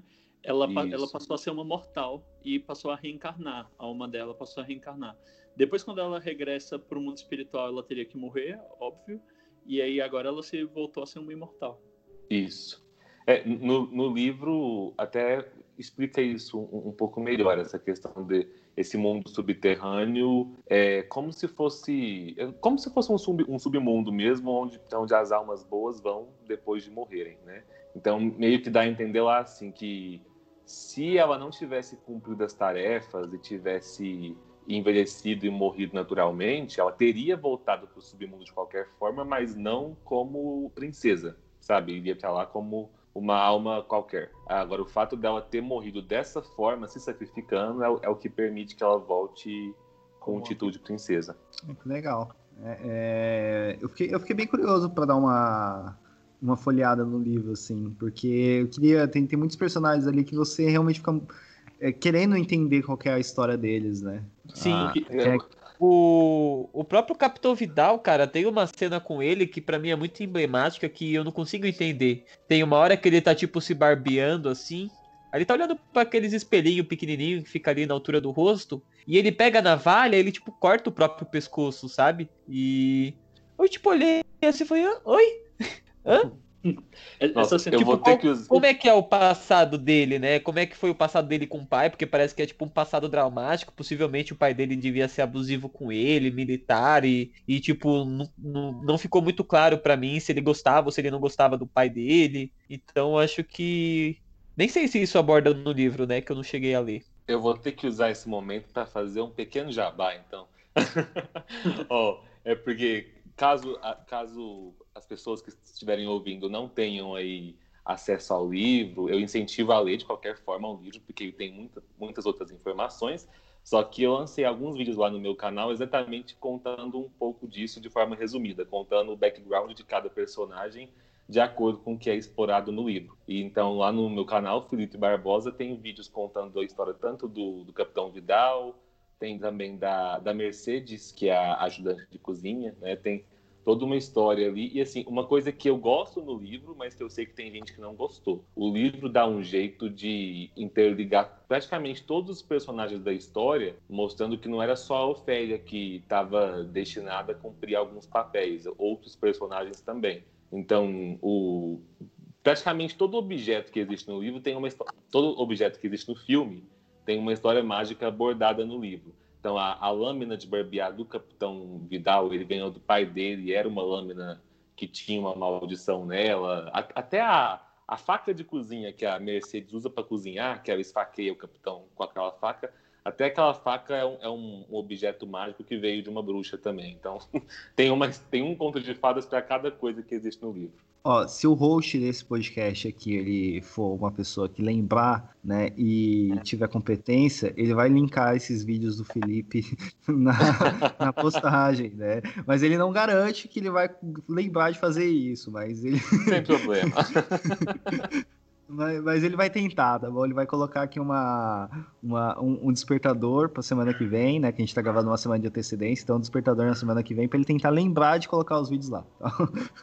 ela, pa- Isso. ela passou a ser uma mortal e passou a reencarnar. A alma dela passou a reencarnar. Depois, quando ela regressa para o mundo espiritual, ela teria que morrer, óbvio. E aí agora ela se voltou a ser uma imortal. Isso. É, no, no livro até explica isso um, um pouco melhor, essa questão de esse mundo subterrâneo, é como se fosse é como se fosse um, sub, um submundo mesmo, onde, onde as almas boas vão depois de morrerem, né? Então meio que dá a entender lá assim que se ela não tivesse cumprido as tarefas e tivesse envelhecido e morrido naturalmente, ela teria voltado para o submundo de qualquer forma, mas não como princesa, sabe? Iria para lá como uma alma qualquer. Agora, o fato dela ter morrido dessa forma, se sacrificando, é, o- é o que permite que ela volte com o título de princesa. Que legal. É, é, eu, fiquei, eu fiquei bem curioso para dar uma, uma folheada no livro, assim, porque eu queria. Tem, tem muitos personagens ali que você realmente fica é, querendo entender qual que é a história deles, né? Sim. Ah, que- é- O, o próprio Capitão Vidal, cara, tem uma cena com ele que pra mim é muito emblemática que eu não consigo entender. Tem uma hora que ele tá tipo se barbeando assim. Aí ele tá olhando pra aqueles espelhinhos pequenininhos que fica ali na altura do rosto. E ele pega a navalha e ele tipo corta o próprio pescoço, sabe? E eu tipo olhei assim e falei, "Ah, oi? Hã? Essa Nossa, cena, eu tipo, vou ter que usar... Como é que é o passado dele, né? Como é que foi o passado dele com o pai? Porque parece que é tipo um passado dramático. Possivelmente o pai dele devia ser abusivo com ele, militar, e, e tipo, não, não, não ficou muito claro pra mim se ele gostava ou se ele não gostava do pai dele. Então acho que. Nem sei se isso aborda no livro, né? Que eu não cheguei a ler. Eu vou ter que usar esse momento para fazer um pequeno jabá, então. Ó, é porque caso, a- caso as pessoas que estiverem ouvindo não tenham aí acesso ao livro, eu incentivo a ler de qualquer forma o livro, porque ele tem muita, muitas outras informações. Só que eu lancei alguns vídeos lá no meu canal exatamente contando um pouco disso de forma resumida, contando o background de cada personagem de acordo com o que é explorado no livro. E então lá no meu canal, Felipe Barbosa, tem vídeos contando a história tanto do, do Capitão Vidal, tem também da, da Mercedes, que é a ajudante de cozinha, né? Tem toda uma história ali. E assim, uma coisa que eu gosto no livro, mas que eu sei que tem gente que não gostou. O livro dá um jeito de interligar praticamente todos os personagens da história, mostrando que não era só a Ofélia que estava destinada a cumprir alguns papéis, outros personagens também. Então, o... praticamente todo objeto que existe no livro tem uma história. Todo objeto que existe no filme tem uma história mágica abordada no livro. Então, a, a lâmina de barbear do Capitão Vidal, ele ganhou do pai dele, era uma lâmina que tinha uma maldição nela. A, até a, a faca de cozinha que a Mercedes usa para cozinhar, que ela esfaqueia o Capitão com aquela faca, até aquela faca é um, é um objeto mágico que veio de uma bruxa também. Então, tem, uma, tem um conto de fadas para cada coisa que existe no livro. Ó, se o host desse podcast aqui ele for uma pessoa que lembrar, né, e tiver competência, ele vai linkar esses vídeos do Felipe na, na postagem, né? Mas ele não garante que ele vai lembrar de fazer isso, mas ele, Sem problema. mas, mas ele vai tentar, tá bom? Ele vai colocar aqui uma, uma, um, um despertador para semana que vem, né? Que a gente tá gravando uma semana de antecedência, então um despertador na semana que vem para ele tentar lembrar de colocar os vídeos lá, tá?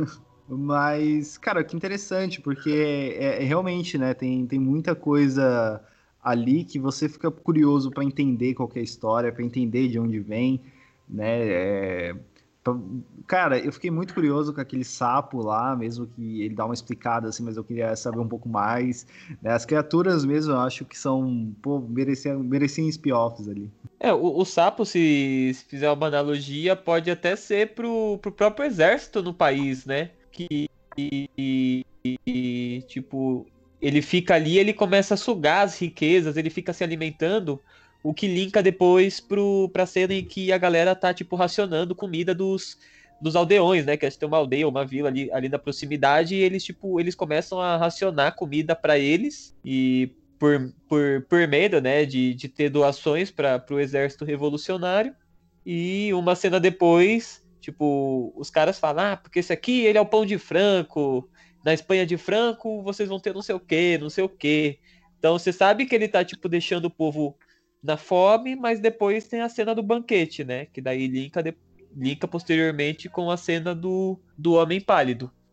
Mas, cara, que interessante, porque é, é realmente, né, tem, tem muita coisa ali que você fica curioso para entender qual que é a história, para entender de onde vem, né? É, pra- cara, eu fiquei muito curioso com aquele sapo lá, mesmo que ele dá uma explicada assim, mas eu queria saber um pouco mais, né? As criaturas mesmo, eu acho que são, pô, mereciam, mereciam spin-offs ali. É, o, o sapo, se, se fizer uma analogia, pode até ser pro, pro próprio exército no país, né? Que, e, e, tipo, ele fica ali, ele começa a sugar as riquezas, ele fica se alimentando, o que linka depois pro, pra cena em que a galera tá, tipo, racionando comida dos, dos aldeões, né? Que eles têm uma aldeia, uma vila ali, ali na proximidade, e eles, tipo, eles começam a racionar comida pra eles, e por, por, por medo, né, de, de ter doações para o exército revolucionário. E uma cena depois, tipo, os caras falam, ah, porque esse aqui, ele é o pão de Franco, na Espanha de Franco, vocês vão ter não sei o quê, não sei o quê. Então você sabe que ele tá, tipo, deixando o povo na fome, mas depois tem a cena do banquete, né, que daí linka, de... linka posteriormente com a cena do, do Homem Pálido.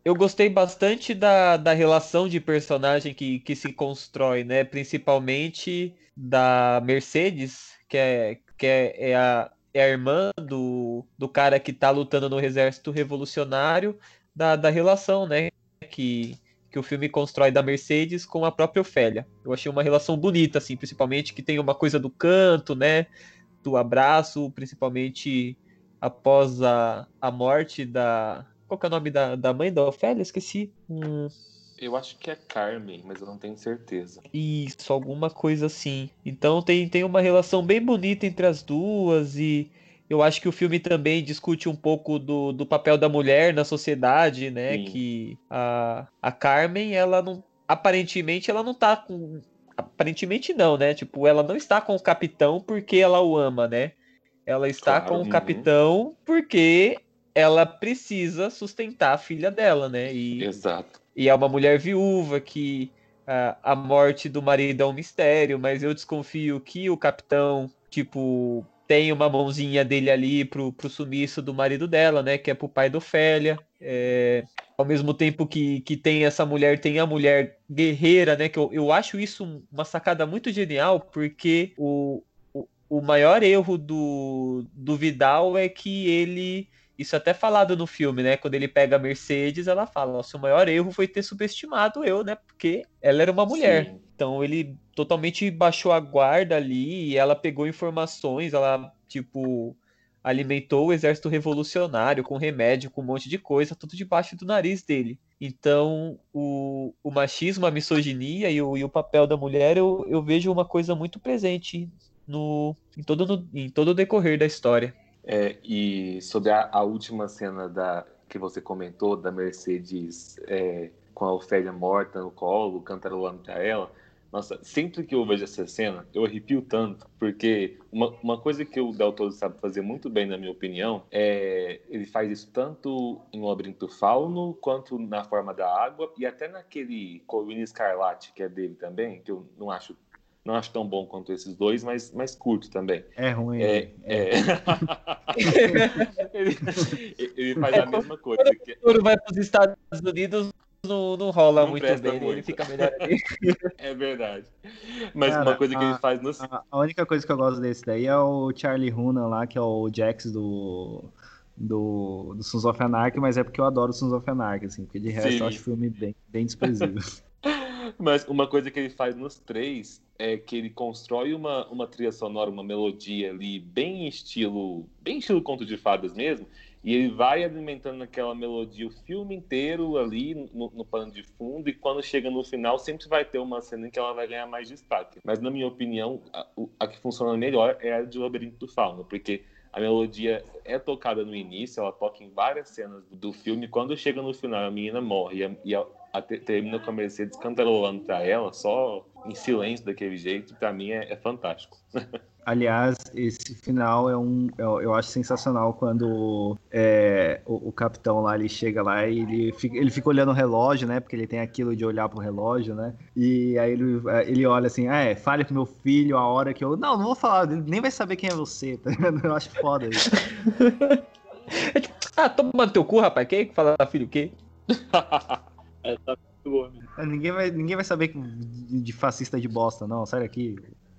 eu gostei bastante da, da relação de personagem que, que se constrói, né? Principalmente da Mercedes, que é, que é, é a, é a irmã do, do cara que tá lutando no exército revolucionário, da, da relação, né? Que, que o filme constrói da Mercedes com a própria Ofélia. Eu achei uma relação bonita, assim, principalmente que tem uma coisa do canto, né? Do abraço, principalmente após a, a morte da... Qual que é o nome da, da mãe da Ofélia? Esqueci. Hum, Eu acho que é Carmen, mas eu não tenho certeza. isso, alguma coisa assim. Então tem, tem uma relação bem bonita entre as duas e eu acho que o filme também discute um pouco do, do papel da mulher na sociedade, né? Sim. Que a, a Carmen, ela não... Aparentemente, ela não tá com... Aparentemente não, né? Tipo, ela não está com o capitão porque ela o ama, né? Ela está Claro, com o uhum. capitão porque ela precisa sustentar a filha dela, né? E, Exato. e é uma mulher viúva que a, a morte do marido é um mistério, mas eu desconfio que o capitão, tipo, tem uma mãozinha dele ali pro, pro sumiço do marido dela, né? Que é pro pai do Ofélia. É, ao mesmo tempo que, que tem essa mulher, tem a mulher guerreira, né? Que eu, eu acho isso uma sacada muito genial, porque o, o, o maior erro do, do Vidal é que ele... Isso é até falado no filme, né? Quando ele pega a Mercedes, ela fala: seu maior erro foi ter subestimado eu, né? Porque ela era uma mulher. Sim. Então ele totalmente baixou a guarda ali e ela pegou informações, ela, tipo, alimentou o exército revolucionário com remédio, com um monte de coisa, tudo debaixo do nariz dele. Então, o, o machismo, a misoginia e o, e o papel da mulher, eu, eu vejo uma coisa muito presente no, em, todo, no, em todo o decorrer da história. É, e sobre a, a última cena da, que você comentou, da Mercedes é, com a Ofélia morta no colo, cantarolando pra ela, nossa, sempre que eu vejo essa cena, eu arrepio tanto, porque uma, uma coisa que o Del Toro sabe fazer muito bem, na minha opinião, é ele faz isso tanto em O Labirinto do Fauno, quanto na Forma da Água, e até naquele Colina Escarlate, que é dele também, que eu não acho Não acho tão bom quanto esses dois, mas, mas curto também. É ruim. É, é. é... ele, ele faz a mesma coisa. Que... Quando vai para os Estados Unidos, não, não rola Não muito presta bem, muito. ele fica melhor ali. É verdade. Mas Cara, uma coisa que a- ele faz no... A, a única coisa que eu gosto desse daí é o Charlie Hunnam lá, que é o Jax do, do, do Sons of Anarchy, mas é porque eu adoro Sons of Anarchy, assim, porque de resto Sim. eu acho o filme bem, bem desprezível. Mas uma coisa que ele faz nos três é que ele constrói uma, uma trilha sonora, uma melodia ali, bem estilo, bem estilo conto de fadas mesmo, e ele vai alimentando aquela melodia o filme inteiro ali no, no pano de fundo, e quando chega no final sempre vai ter uma cena em que ela vai ganhar mais destaque. Mas na minha opinião, a, a que funciona melhor é a de Labirinto do Fauno, porque a melodia é tocada no início, ela toca em várias cenas do filme, e quando chega no final a menina morre, e a, e a, a, termina com a Mercedes cantarolando pra ela, só em silêncio daquele jeito, pra mim é, é fantástico. Aliás, esse final é um, eu, eu acho sensacional quando é, o, o capitão lá, ele chega lá e ele fica, ele fica olhando o relógio, né? Porque ele tem aquilo de olhar pro relógio, né? E aí ele, ele olha assim, ah, é, fale com meu filho a hora que eu... Não, não vou falar, ele nem vai saber quem é você, tá ligado? Eu acho foda isso. É tipo, ah, toma no teu cu, rapaz, quem fala filho o quê? É, tá muito boa mesmo. Ninguém vai, ninguém vai saber de, de fascista de bosta, não, sai daqui.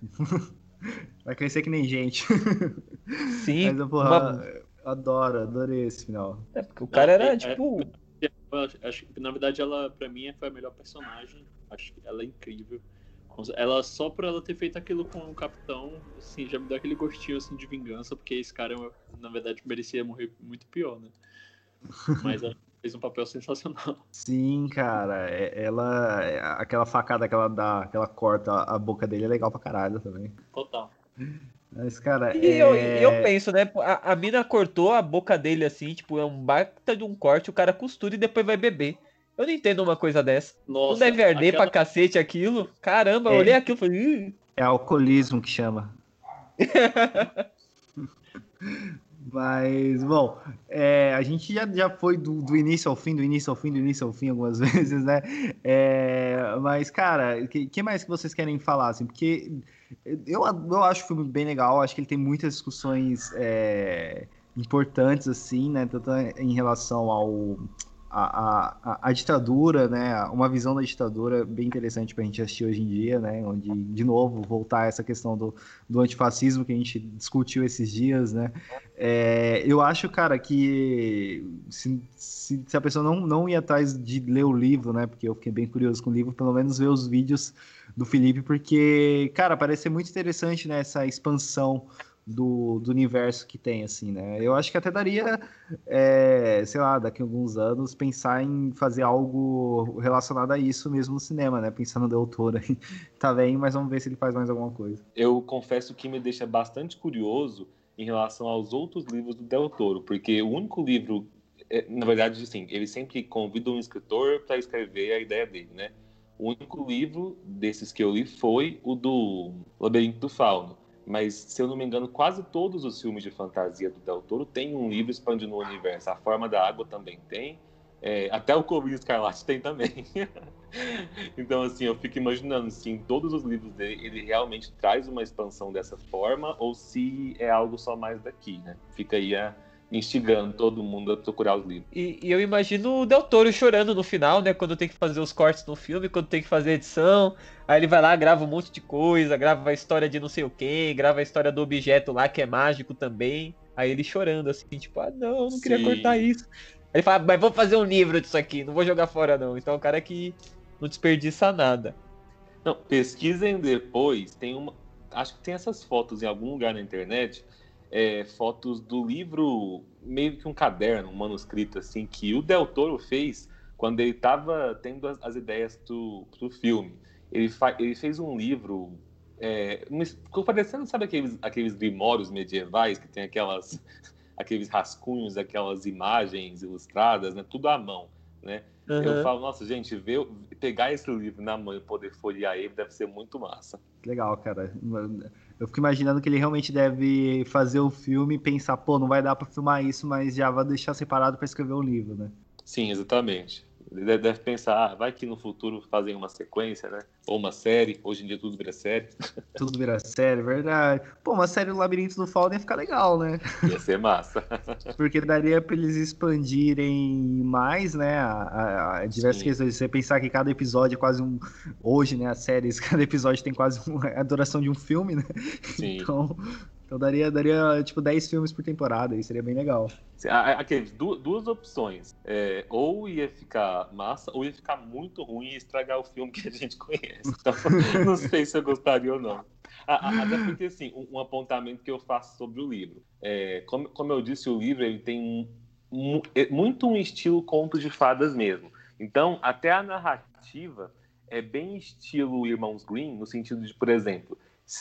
Vai crescer que nem gente. Sim, Mas, porra, uma- eu adoro, adorei esse final. é porque o cara Não, era, é- tipo... Eu acho- acho que, na verdade, ela, pra mim, foi a melhor personagem. Acho que ela é incrível. Ela, só por ela ter feito aquilo com o capitão, assim, já me deu aquele gostinho, assim, de vingança, porque esse cara, na verdade, merecia morrer muito pior, né? Mas ela fez um papel sensacional. Sim, cara, é- ela, é- aquela facada que ela dá, que ela corta a boca dele é legal pra caralho também. Total. Mas, cara, E eu, é... e eu penso, né? A, a mina cortou a boca dele assim, tipo, é um baita de um corte, o cara costura e depois vai beber. Eu não entendo uma coisa dessa. Nossa, Não deve arder aquela- pra cacete aquilo. Caramba, eu É. olhei aquilo e falei, "Ih". é alcoolismo que chama. Mas, bom, é, a gente já, já foi do, do início ao fim, do início ao fim, do início ao fim algumas vezes, né? É, mas, cara, o que, que mais que vocês querem falar, assim? Porque eu, eu acho o filme bem legal, acho que ele tem muitas discussões é, importantes, assim, né? Tanto em relação ao, a, a, a ditadura, né? Uma visão da ditadura bem interessante para a gente assistir hoje em dia, né? Onde, de novo, voltar a essa questão do, do antifascismo que a gente discutiu esses dias, né? É, eu acho, cara, que se, se, se a pessoa não, não ir atrás de ler o livro, né? Porque eu fiquei bem curioso com o livro, pelo menos ver os vídeos do Felipe, porque, cara, parece ser muito interessante, né? Essa expansão Do, do universo que tem, assim, né? Eu acho que até daria, é, sei lá, daqui a alguns anos, pensar em fazer algo relacionado a isso mesmo no cinema, né? Pensando no Del Toro aí. Tá bem, mas vamos ver se ele faz mais alguma coisa. Eu confesso que me deixa bastante curioso em relação aos outros livros do Del Toro, porque o único livro, na verdade, assim, ele sempre convida um escritor para escrever a ideia dele, né? O único livro desses que eu li foi o do Labirinto do Fauno. Mas, se eu não me engano, quase todos os filmes de fantasia do Del Toro têm um livro expandindo o universo. A Forma da Água também tem. É, até o Cobrinha Escarlate tem também. Então, assim, eu fico imaginando se em todos os livros dele ele realmente traz uma expansão dessa forma ou se é algo só mais daqui, né? Fica aí a... instigando todo mundo a procurar os livros. E, e eu imagino o Del Toro chorando no final, né? Quando tem que fazer os cortes no filme, quando tem que fazer a edição. Aí ele vai lá, grava um monte de coisa, grava a história de não sei o quê, grava a história do objeto lá, que é mágico também. Aí ele chorando, assim, tipo, ah, não, eu não queria Sim. cortar isso. Aí ele fala, mas vou fazer um livro disso aqui, não vou jogar fora não. Então é um cara que não desperdiça nada. Não, pesquisem depois, tem uma... acho que tem essas fotos em algum lugar na internet, é, fotos do livro, meio que um caderno, um manuscrito, assim, que o Del Toro fez quando ele estava tendo as, as ideias do, do filme. Ele, fa... ele fez um livro, é, ficou parecendo, sabe aqueles, aqueles grimórios medievais que tem aquelas, aqueles rascunhos, aquelas imagens ilustradas, né, tudo à mão, né? Uhum. Eu falo, nossa, gente, ver, pegar esse livro na mão e poder folhear ele deve ser muito massa. Legal, cara. Eu fico imaginando que ele realmente deve fazer o filme e pensar, pô, não vai dar pra filmar isso, mas já vai deixar separado pra escrever o livro, né? Sim, exatamente. Ele deve pensar, ah, vai que no futuro fazem uma sequência, né? Ou uma série. Hoje em dia tudo vira série. Tudo vira série, verdade. Pô, uma série do Labirinto do Fauno ia ficar legal, né? Ia ser massa. Porque daria pra eles expandirem mais, né? A, a, a diversas Sim. questões. Você pensar que cada episódio é quase um... Hoje, né? As séries, cada episódio tem quase um, a duração de um filme, né? Sim. Então... Então daria, daria tipo, dez filmes por temporada, e seria bem legal. Aqueles, duas opções. É, ou ia ficar massa, ou ia ficar muito ruim e estragar o filme que a gente conhece. Então, não sei se eu gostaria ou não. Até porque, assim, um, um apontamento que eu faço sobre o livro. É, como, como eu disse, o livro ele tem um, um, muito um estilo conto de fadas mesmo. Então, até a narrativa é bem estilo Irmãos Grimm, no sentido de, por exemplo,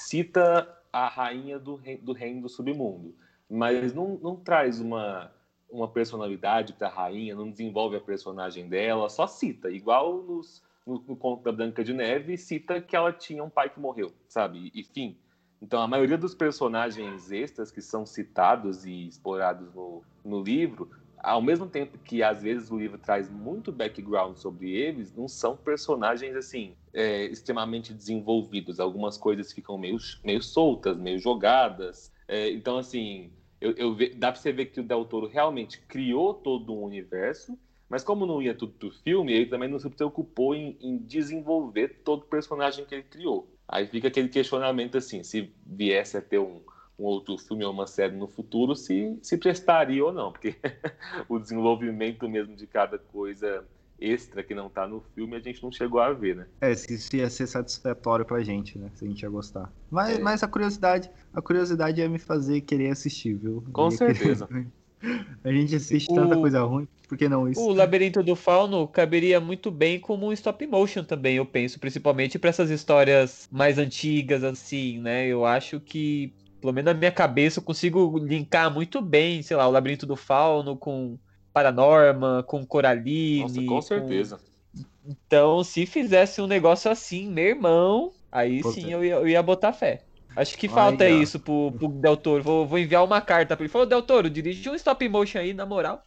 cita a rainha do, rei, do reino do submundo, mas não, não traz uma, uma personalidade para a rainha, não desenvolve a personagem dela, só cita, igual nos, no, no conto da Branca de Neve, cita que ela tinha um pai que morreu, sabe? E, enfim, então a maioria dos personagens extras que são citados e explorados no, no livro, ao mesmo tempo que às vezes o livro traz muito background sobre eles, não são personagens assim é, extremamente desenvolvidos. Algumas coisas ficam meio, meio soltas, meio jogadas. É, então, assim, eu, eu ve, dá pra você ver que o Del Toro realmente criou todo um universo, mas como não ia tudo do filme, ele também não se preocupou em, em desenvolver todo o personagem que ele criou. Aí fica aquele questionamento assim, se viesse a ter um um outro filme ou uma série no futuro, se, se prestaria ou não, porque o desenvolvimento mesmo de cada coisa extra que não tá no filme, a gente não chegou a ver, né? É, se isso ia ser satisfatório pra gente, né? Se a gente ia gostar. Mas, É. mas a curiosidade, a curiosidade ia me fazer querer assistir, viu? Com Ia certeza. querer... A gente assiste O- tanta coisa ruim, por que não isso? O Labirinto do Fauno caberia muito bem como um stop motion também, eu penso, principalmente para essas histórias mais antigas, assim, né? Eu acho que, pelo menos na minha cabeça, eu consigo linkar muito bem, sei lá, o Labirinto do Fauno com Paranorma, com Coraline. Nossa, com com- certeza. Então, se fizesse um negócio assim, meu irmão, aí Pô, sim tá. eu ia, eu ia botar fé. Acho que Aí, falta ó. isso pro, pro Del Toro. Vou, vou enviar uma carta pra ele. Falou, Del Toro, dirige um stop motion aí, na moral.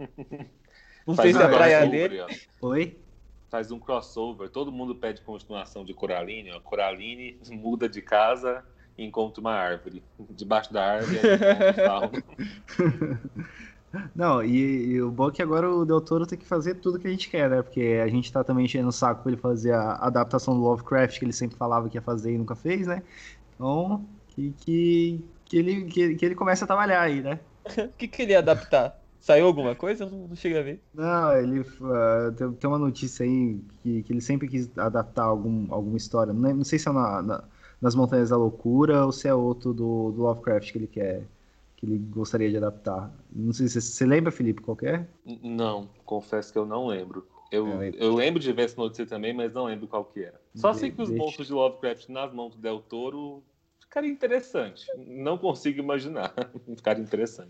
Não sei Faz se é um a praia crossover, dele. ó. Oi? Faz um crossover. Todo mundo pede continuação de Coraline. Ó. Coraline muda de casa e encontra uma árvore. Debaixo da árvore, aí encontra o Fauno. Não, e, e o bom é que agora o Del Toro tem que fazer tudo que a gente quer, né? Porque a gente tá também enchendo o saco pra ele fazer a adaptação do Lovecraft, que ele sempre falava que ia fazer e nunca fez, né? Então, que, que, que, ele, que, que ele comece a trabalhar aí, né? O que, que ele ia adaptar? Saiu alguma coisa? Eu não, não cheguei a ver. Não, ele uh, tem, tem uma notícia aí que, que ele sempre quis adaptar algum, alguma história. Não, não sei se é na, na, nas Montanhas da Loucura ou se é outro do, do Lovecraft que ele quer, que ele gostaria de adaptar. Não sei se você lembra, Felipe, qual que é? N- Não, confesso que eu não lembro. Eu, É, eu lembro de ver essa notícia também, mas não lembro qual que era. Só sei De- que os deixa- monstros de Lovecraft nas mãos do Del Toro ficaria interessante. Não consigo imaginar. Ficaria interessante.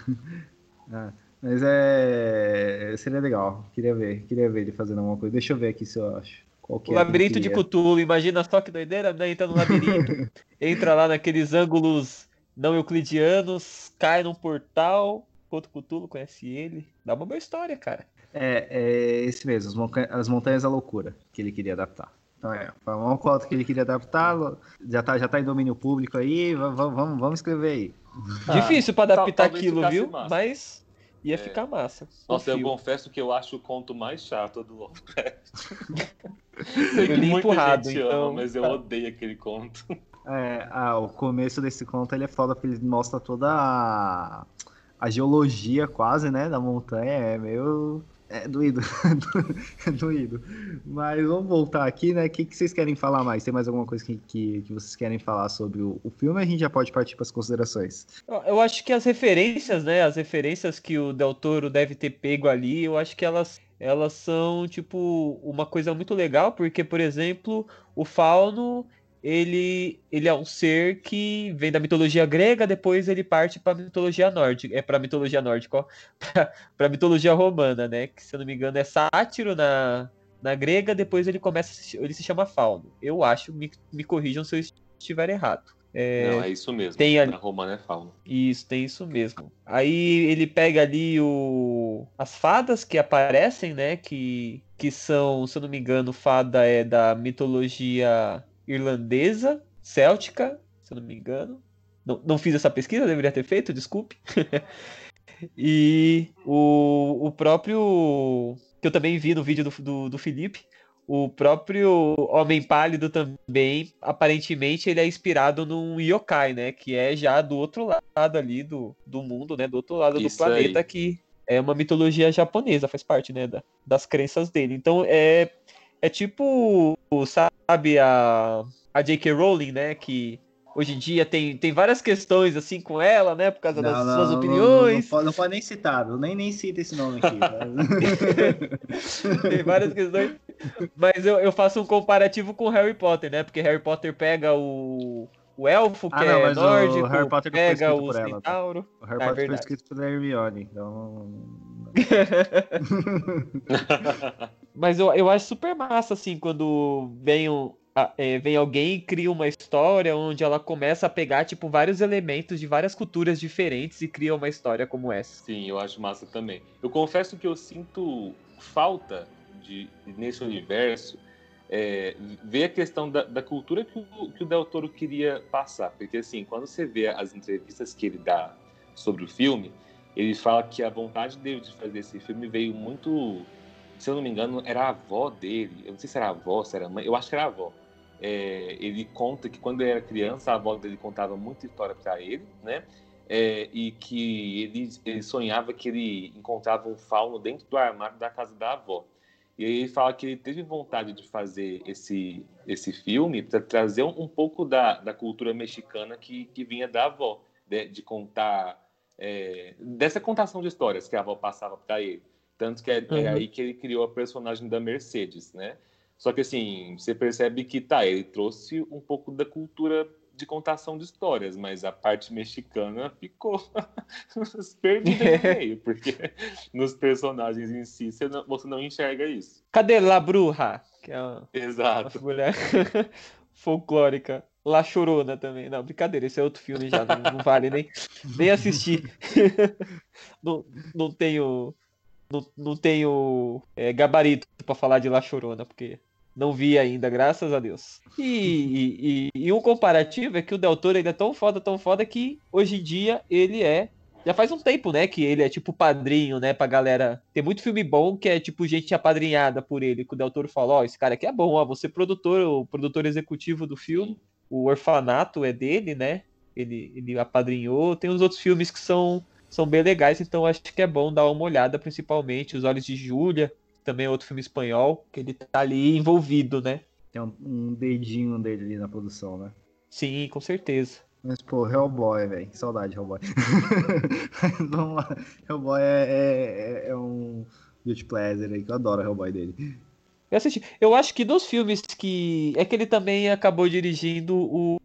Ah, mas é. Seria legal. Queria ver. Queria ver ele fazendo alguma coisa. Deixa eu ver aqui se eu acho. Qual que O é que ele labirinto de queria. Cthulhu, imagina só que doideira, né? Entra no labirinto, entra lá naqueles ângulos não euclidianos, cai num portal, outro Cthulhu conhece ele. Dá uma boa história, cara. É, é esse mesmo, as, Monca- as Montanhas da Loucura, que ele queria adaptar. Então é, vamos qual que ele queria adaptar, já tá, já tá em domínio público aí, va- va- vamos, vamos escrever aí. Difícil pra tal- adaptar talvez aquilo, ficasse viu? massa. Mas ia É. ficar massa. Nossa, eu Confio. confesso que eu acho o conto mais chato do Lovecraft. Eu Sei que li muita empurrado, gente então, ama, mas eu tá. odeio aquele conto. É, ah, o começo desse conto ele é foda porque ele mostra toda a, a geologia quase, né, da montanha, é meio... É doído, é doído. Mas vamos voltar aqui, né, o que, que vocês querem falar mais? Tem mais alguma coisa que, que, que vocês querem falar sobre o, o filme? A gente já pode partir para as considerações. Eu- Eu acho que as referências, né? As referências que o Del Toro deve ter pego ali, eu acho que elas, elas são, tipo, uma coisa muito legal, porque, por exemplo, o Fauno, ele, ele é um ser que vem da mitologia grega, depois ele parte para mitologia nórdica, é para mitologia nórdica, ó, para mitologia romana, né? Que, se eu não me engano, é sátiro na, na grega, depois ele começa, a se- ele se chama Fauno. Eu acho, me, me corrijam se eu estiver errado. É, Não, é isso mesmo. tem ali- Na romana é fauno. isso, tem isso mesmo. Aí ele pega ali o... as fadas que aparecem, né? Que... que são, se eu não me engano, fada é da mitologia irlandesa, céltica, se eu não me engano. Não, não fiz essa pesquisa, deveria ter feito, desculpe. E o, o próprio. Que eu também vi no vídeo do, do, do Felipe. O próprio Homem Pálido também, aparentemente, ele é inspirado num yokai, né? Que é já do outro lado ali do, do mundo, né? Do outro lado Isso do planeta, aí. que é uma mitologia japonesa, faz parte, né? Da, das crenças dele. Então é, é tipo, sabe, a, a J K. Rowling, né? Que hoje em dia tem, tem várias questões assim com ela, né? Por causa das suas Não, não, opiniões. pode, não pode nem citar, eu nem, nem cita esse nome aqui. Tá? Tem várias questões. Mas eu, eu faço um comparativo com Harry Potter, né? Porque Harry Potter pega o, o elfo, que Ah, não, é mas o nórdico, Harry Potter não foi pega escrito o por ela, tá? centauro. O Harry Ah, é Potter foi verdade. escrito por Hermione, então... Mas eu, eu acho super massa, assim, quando vem, um, a- é, vem alguém e cria uma história onde ela começa a pegar, tipo, vários elementos de várias culturas diferentes e cria uma história como essa. Sim, eu acho massa também. Eu confesso que eu sinto falta de, nesse universo é, ver a questão da, da cultura que o, que o Del Toro queria passar. Porque, assim, quando você vê as entrevistas que ele dá sobre o filme, ele fala que a vontade dele de fazer esse filme veio muito... Se eu não me engano, era a avó dele. Eu não sei se era a avó, se era a mãe. Eu acho que era a avó. É, ele conta que quando ele era criança, a avó dele contava muita história para ele, né? É, e que ele, ele sonhava que ele encontrava um fauno dentro do armário da casa da avó. E aí ele fala que ele teve vontade de fazer esse, esse filme para trazer um, um pouco da, da cultura mexicana que, que vinha da avó, de, de contar, é, dessa contação de histórias que a avó passava para ele. Tanto que é, é Uhum. aí que ele criou a personagem da Mercedes, né? Só que assim, você percebe que tá, ele trouxe um pouco da cultura de contação de histórias, mas a parte mexicana ficou perdida no meio, porque nos personagens em si você não, você não enxerga isso. Cadê La Bruja? Que é uma, uma Exato. mulher folclórica. La Chorona também. Não, brincadeira, esse é outro filme já, não, não vale nem, nem assistir. não, não tenho, não, não tenho é, gabarito pra falar de La Chorona, porque não vi ainda, graças a Deus. E, e, e- e um comparativo é que o Del Toro ele é tão foda, tão foda que hoje em dia ele é Já faz um tempo, né, que ele é tipo padrinho, né, pra galera. Tem muito filme bom que é tipo gente apadrinhada por ele, que o Del Toro fala, ó, esse cara aqui é bom, ó, você é produtor, o produtor executivo do filme. O Orfanato é dele, né? Ele, ele apadrinhou. Tem os outros filmes que são, são bem legais, então acho que é bom dar uma olhada, principalmente Os Olhos de Júlia, também é outro filme espanhol, que ele tá ali envolvido, né? Tem um, um dedinho dele ali na produção, né? Sim, com certeza. Mas, pô, Hellboy, velho. Que saudade, Hellboy. Vamos lá. Hellboy é, é, é um guilty pleasure aí, que eu adoro o Hellboy dele. Eu assisti. Eu acho que dos filmes que... É que ele também acabou dirigindo o...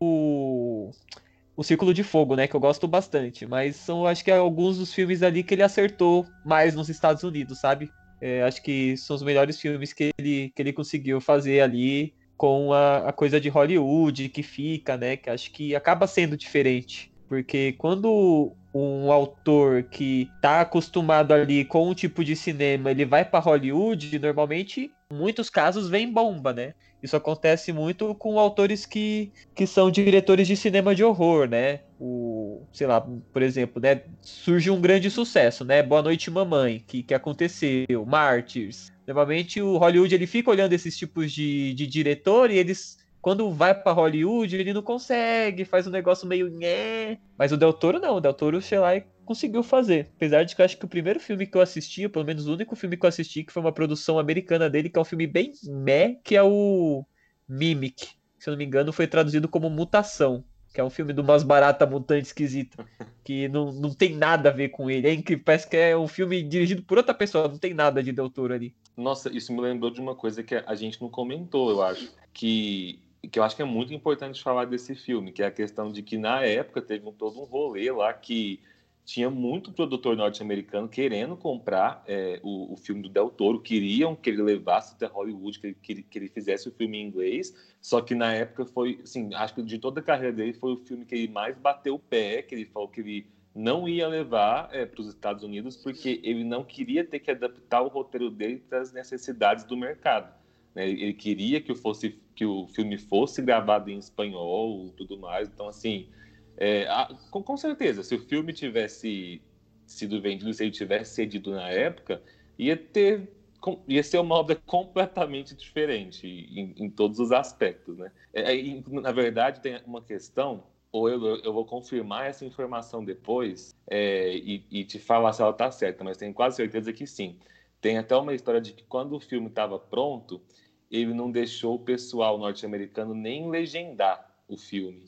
o... o Círculo de Fogo, né? Que eu gosto bastante. Mas são, acho que, alguns dos filmes ali que ele acertou mais nos Estados Unidos, sabe? É, acho que são os melhores filmes que ele, que ele conseguiu fazer ali com a, a coisa de Hollywood que fica, né? Que acho que acaba sendo diferente. Porque quando um autor que tá acostumado ali com um tipo de cinema, ele vai para Hollywood, normalmente, em muitos casos, vem bomba, né? Isso acontece muito com autores que, que são diretores de cinema de horror, né? O, sei lá, por exemplo, né? Surge um grande sucesso, né? Boa Noite Mamãe, que, que aconteceu, Martyrs. Normalmente o Hollywood ele fica olhando esses tipos de, de diretor e eles, quando vai pra Hollywood, ele não consegue, faz um negócio meio nhé. Mas o Del Toro não, o Del Toro, sei lá, conseguiu fazer. Apesar de que eu acho que o primeiro filme que eu assisti, ou pelo menos o único filme que eu assisti, que foi uma produção americana dele, que é um filme bem meh, que é o Mimic. Se eu não me engano, foi traduzido como Mutação, que é um filme de umas baratas mutantes esquisitas, que não, não tem nada a ver com ele. É incrível, parece que é um filme dirigido por outra pessoa, não tem nada de Del Toro ali. Nossa, isso me lembrou de uma coisa que a gente não comentou, eu acho, que, que eu acho que é muito importante falar desse filme, que é a questão de que na época teve um, todo um rolê lá que tinha muito produtor norte-americano querendo comprar é, o, o filme do Del Toro, queriam que ele levasse até Hollywood, que ele, que, ele, que ele fizesse o filme em inglês, só que na época foi, assim, acho que de toda a carreira dele foi o filme que ele mais bateu o pé, que ele falou que ele não ia levar é, para os Estados Unidos porque ele não queria ter que adaptar o roteiro dele para as necessidades do mercado, né? Ele queria que, fosse, que o filme fosse gravado em espanhol e tudo mais. Então, assim, é, a, com, com certeza, se o filme tivesse sido vendido, se ele tivesse cedido na época, ia ter... ia ser uma obra completamente diferente em, em todos os aspectos, né? É, na verdade, tem uma questão... ou eu, eu vou confirmar essa informação depois é, e, e te falar se ela está certa, mas tenho quase certeza que sim. Tem até uma história de que quando o filme estava pronto, ele não deixou o pessoal norte-americano nem legendar o filme,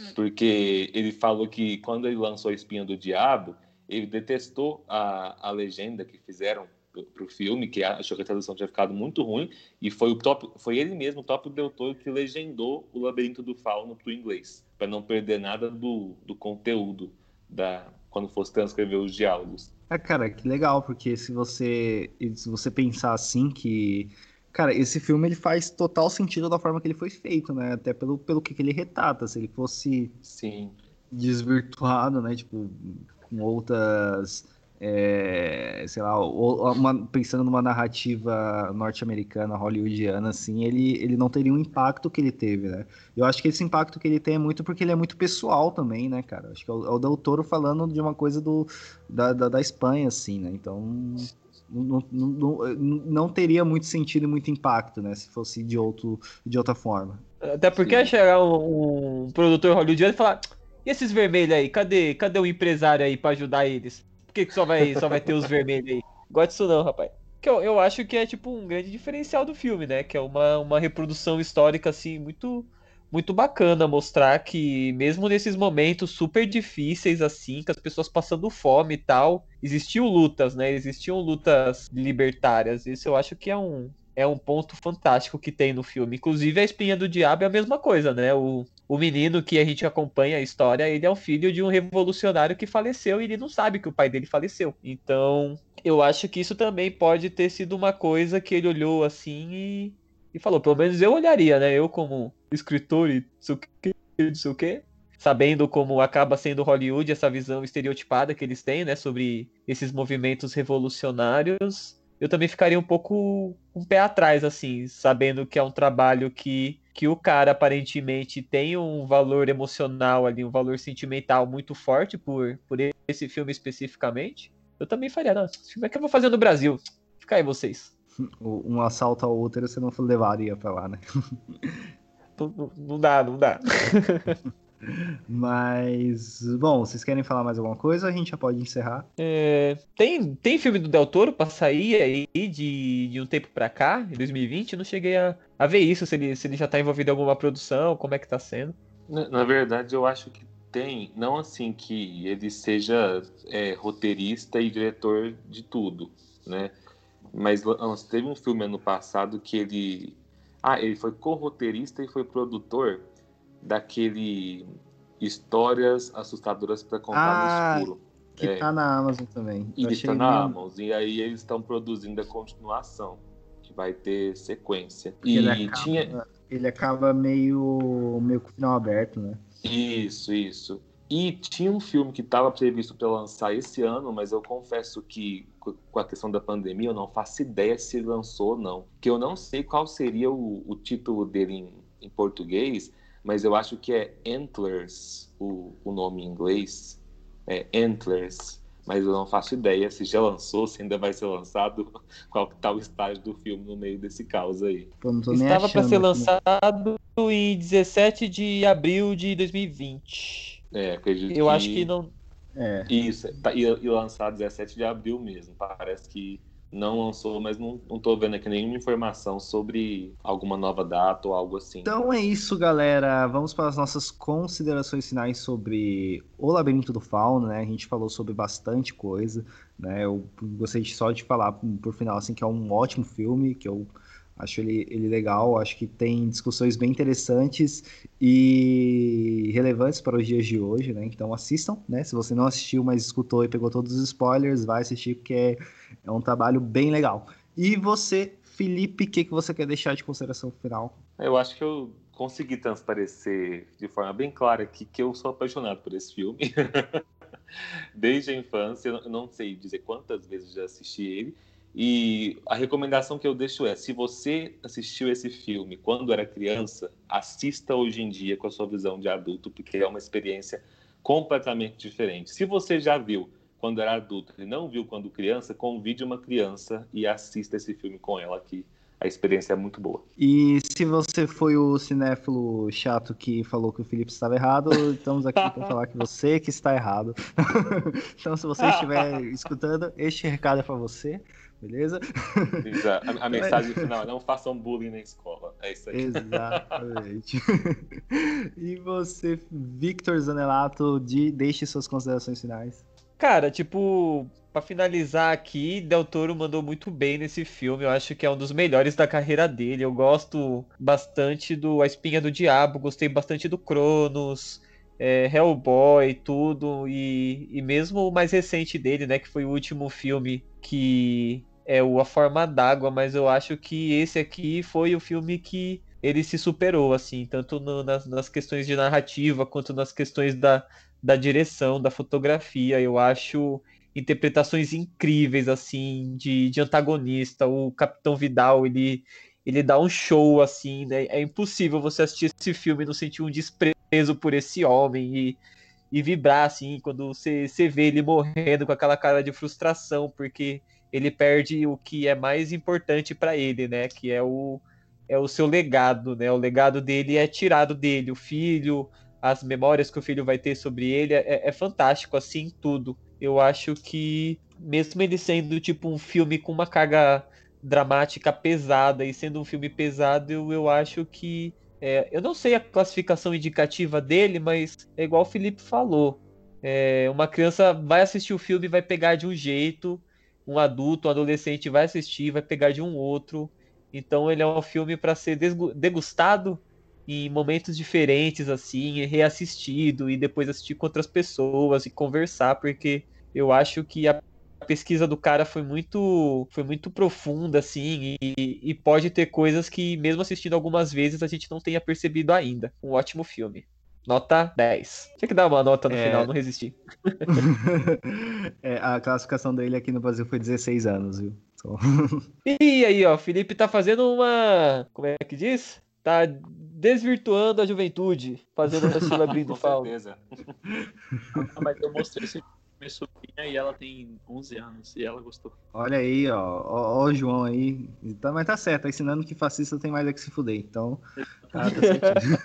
porque ele falou que quando ele lançou A Espinha do Diabo, ele detestou a, a legenda que fizeram para o filme, que achou que a tradução tinha ficado muito ruim, e foi, o top, foi ele mesmo, o próprio Del Toro, que legendou o Labirinto do Fauno para o inglês, para não perder nada do, do conteúdo da, quando fosse transcrever os diálogos. É, cara, que legal, porque se você, se você pensar assim que... Cara, esse filme ele faz total sentido da forma que ele foi feito, né? Até pelo, pelo que, que ele retrata. Se ele fosse Sim. desvirtuado, né? Tipo, com outras... É, sei lá, uma, pensando numa narrativa norte-americana, hollywoodiana, assim, ele, ele não teria o impacto que ele teve, né? Eu acho que esse impacto que ele tem é muito porque ele é muito pessoal também, né, cara? Acho que é o, é o Del Toro falando de uma coisa do, da, da, da Espanha, assim, né? Então, não, não, não, não teria muito sentido e muito impacto, né? Se fosse de, outro, de outra forma. Até porque ia chegar um, um produtor hollywoodiano e falar: e esses vermelhos aí? Cadê, cadê o empresário aí pra ajudar eles? Por que, que só, vai, só vai ter os vermelhos aí? Gosto disso não, rapaz. Que eu, eu acho que é tipo um grande diferencial do filme, né? Que é uma, uma reprodução histórica, assim, muito, muito bacana. Mostrar que mesmo nesses momentos super difíceis, assim, com as pessoas passando fome e tal, existiam lutas, né? Existiam lutas libertárias. Isso eu acho que é um, é um ponto fantástico que tem no filme. Inclusive, A Espinha do Diabo é a mesma coisa, né? O, o menino que a gente acompanha a história, ele é o filho de um revolucionário que faleceu e ele não sabe que o pai dele faleceu. Então, eu acho que isso também pode ter sido uma coisa que ele olhou assim e, e falou, pelo menos eu olharia, né? Eu como escritor e não sei o que, não sei o que, sabendo como acaba sendo Hollywood, essa visão estereotipada que eles têm, né? Sobre esses movimentos revolucionários, eu também ficaria um pouco um pé atrás, assim, sabendo que é um trabalho que que o cara aparentemente tem um valor emocional ali, um valor sentimental muito forte por, por esse filme especificamente, eu também faria, não, esse filme é que eu vou fazer no Brasil. Fica aí vocês. Um assalto ao útero você não levaria pra lá, né? Não, não dá, não dá. Mas, bom, vocês querem falar mais alguma coisa? A gente já pode encerrar. É, tem, tem filme do Del Toro pra sair aí de, de um tempo pra cá, em dois mil e vinte? Eu não cheguei a, a ver isso, se ele, se ele já tá envolvido em alguma produção, como é que tá sendo. Na, na verdade, eu acho que tem, não assim que ele seja é, roteirista e diretor de tudo, né? Mas teve um filme ano passado que ele... Ah, ele foi co-roteirista e foi produtor daquele Histórias Assustadoras para Contar Ah, no Escuro. Que É, tá na Amazon também. e Eu ele achei está na meio- Amazon. E aí eles estão produzindo a continuação, que vai ter sequência. Porque E ele acaba, tinha... ele acaba meio, meio com o final aberto, né? Isso, isso. E tinha um filme que estava previsto para lançar esse ano, mas eu confesso que, co- com a questão da pandemia, eu não faço ideia se ele lançou ou não. Que eu não sei qual seria o, o título dele em, em português, mas eu acho que é Antlers, o, o nome em inglês. É Antlers. Mas eu não faço ideia se já lançou, se ainda vai ser lançado, qual que tá o estágio do filme no meio desse caos aí. Pô, não tô nem Estava pra achando ser aqui no- lançado em dezessete de abril de dois mil e vinte. É, acredito Eu que... acho que não. É, Isso, tá, e, e lançar dezessete de abril mesmo. Parece que não lançou, mas não, não tô vendo aqui nenhuma informação sobre alguma nova data ou algo assim. então é isso, galera. Vamos para as nossas considerações finais sobre O Labirinto do Fauno, né? A gente falou sobre bastante coisa, né? Eu gostaria de- só de falar por final assim que é um ótimo filme, que eu acho ele, ele legal, acho que tem discussões bem interessantes e relevantes para os dias de hoje, né? Então assistam, né? Se você não assistiu, mas escutou e pegou todos os spoilers, vai assistir porque é, é um trabalho bem legal. E você, Felipe, o que, que você quer deixar de consideração final? Eu acho que eu consegui transparecer de forma bem clara aqui que eu sou apaixonado por esse filme. Desde a infância, eu não sei dizer quantas vezes já assisti ele. E a recomendação que eu deixo é, se você assistiu esse filme quando era criança, assista hoje em dia com a sua visão de adulto, porque é uma experiência completamente diferente. Se você já viu quando era adulto e não viu quando criança, convide uma criança e assista esse filme com ela, que a experiência é muito boa. E se você foi o cinéfilo chato que falou que o Felipe estava errado, estamos aqui para falar que você que está errado. Então, se você estiver escutando, este recado é para você, beleza? A, a mensagem final é: não façam bullying na escola. É isso aí. Exatamente. E você, Victor Zanelato, de, deixe suas considerações finais. Cara, tipo, pra finalizar aqui, Del Toro mandou muito bem nesse filme. Eu acho que é um dos melhores da carreira dele. Eu gosto bastante do A Espinha do Diabo, gostei bastante do Cronos, é, Hellboy, tudo. E, e mesmo o mais recente dele, né, que foi o último filme, que é o A Forma d'Água, mas eu acho que esse aqui foi o filme que ele se superou, assim, tanto no, nas, nas questões de narrativa, quanto nas questões da, da direção, da fotografia. Eu acho interpretações incríveis, assim, de, de antagonista. O Capitão Vidal, ele, ele dá um show, assim, né? É impossível você assistir esse filme e não sentir um desprezo por esse homem e, e vibrar, assim, quando você, você vê ele morrendo com aquela cara de frustração, porque ele perde o que é mais importante para ele, né? Que é o, é o seu legado, né? O legado dele é tirado dele, o filho, as memórias que o filho vai ter sobre ele, é, é fantástico, assim, tudo. Eu acho que, mesmo ele sendo, tipo, um filme com uma carga dramática pesada, e sendo um filme pesado, eu, eu acho que... É, eu não sei a classificação indicativa dele, mas é igual o Felipe falou. É, uma criança vai assistir o filme e vai pegar de um jeito, um adulto, um adolescente vai assistir, vai pegar de um outro. Então ele é um filme para ser degustado em momentos diferentes, assim, reassistido e depois assistir com outras pessoas e conversar, porque eu acho que a pesquisa do cara foi muito, foi muito profunda, assim, e, e pode ter coisas que, mesmo assistindo algumas vezes, a gente não tenha percebido ainda. Um ótimo filme. Nota dez. Tinha que dar uma nota no É... final, não resisti. É, a classificação dele aqui no Brasil foi dezesseis anos, viu? Então... E aí, ó, o Felipe tá fazendo uma... Como é que diz? tá desvirtuando a juventude, fazendo esse labirinto Com do fauno. certeza. Ah, mas eu mostrei esse filme pra minha sobrinha e ela tem onze anos e ela gostou. Olha aí, ó, ó, ó o João aí. Tá, mas tá certo, tá ensinando que fascista tem mais é que se fuder, então. Ah, tá certinho.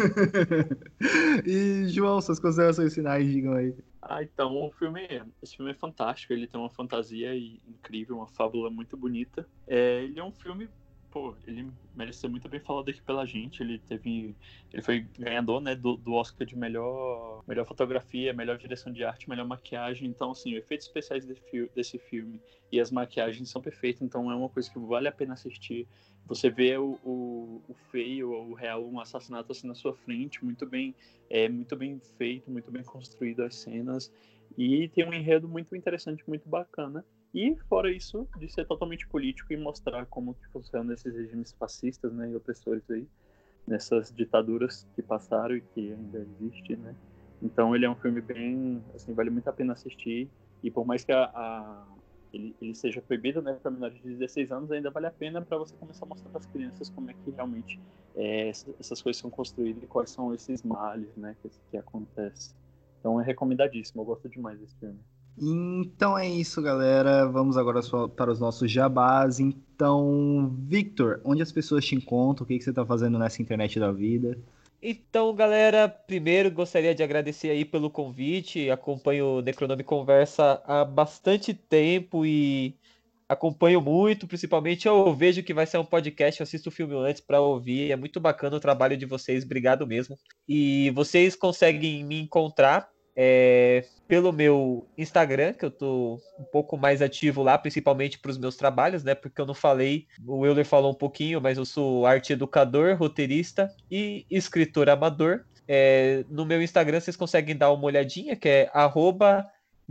E, João, suas considerações finais, digam aí. Ah, então o filme, esse filme é fantástico, ele tem uma fantasia e- incrível, uma fábula muito bonita. É, ele é um filme, pô, ele merece ser muito bem falado aqui pela gente. Ele teve, ele foi ganhador, né, do, do Oscar de melhor, melhor fotografia, melhor direção de arte, melhor maquiagem. Então, assim, os efeitos especiais desse, fi- desse filme e as maquiagens são perfeitas. Então, é uma coisa que vale a pena assistir. Você vê o, o, o feio, o real, um assassinato assim na sua frente, muito bem, é muito bem feito, muito bem construído as cenas. E tem um enredo muito interessante, muito bacana. E, fora isso, de ser totalmente político e mostrar como que funcionam esses regimes fascistas, né, e opressores aí, nessas ditaduras que passaram e que ainda existem, né. Então ele é um filme bem, assim, vale muito a pena assistir. E por mais que a, a- ele, ele seja proibido, né, para menores de dezesseis anos, ainda vale a pena para você começar a mostrar para as crianças como é que realmente é, essas, essas coisas são construídas e quais são esses males, né, que, que acontecem. Então é recomendadíssimo, eu gosto demais desse filme. Então é isso, galera. Vamos agora só para os nossos jabás. Então, Victor, onde as pessoas te encontram? O que que você tá fazendo nessa internet da vida? Então, galera, primeiro gostaria de agradecer aí pelo convite. Acompanho o Necronome Conversa há bastante tempo e acompanho muito, principalmente eu vejo que vai ser um podcast, eu assisto o filme antes para ouvir. É muito bacana o trabalho de vocês, obrigado mesmo. E vocês conseguem me encontrar é, pelo meu Instagram, que eu tô um pouco mais ativo lá, principalmente para os meus trabalhos, né? Porque eu não falei, o Euler falou um pouquinho, mas eu sou arte educador, roteirista e escritor amador. É, no meu Instagram vocês conseguem dar uma olhadinha, que é arroba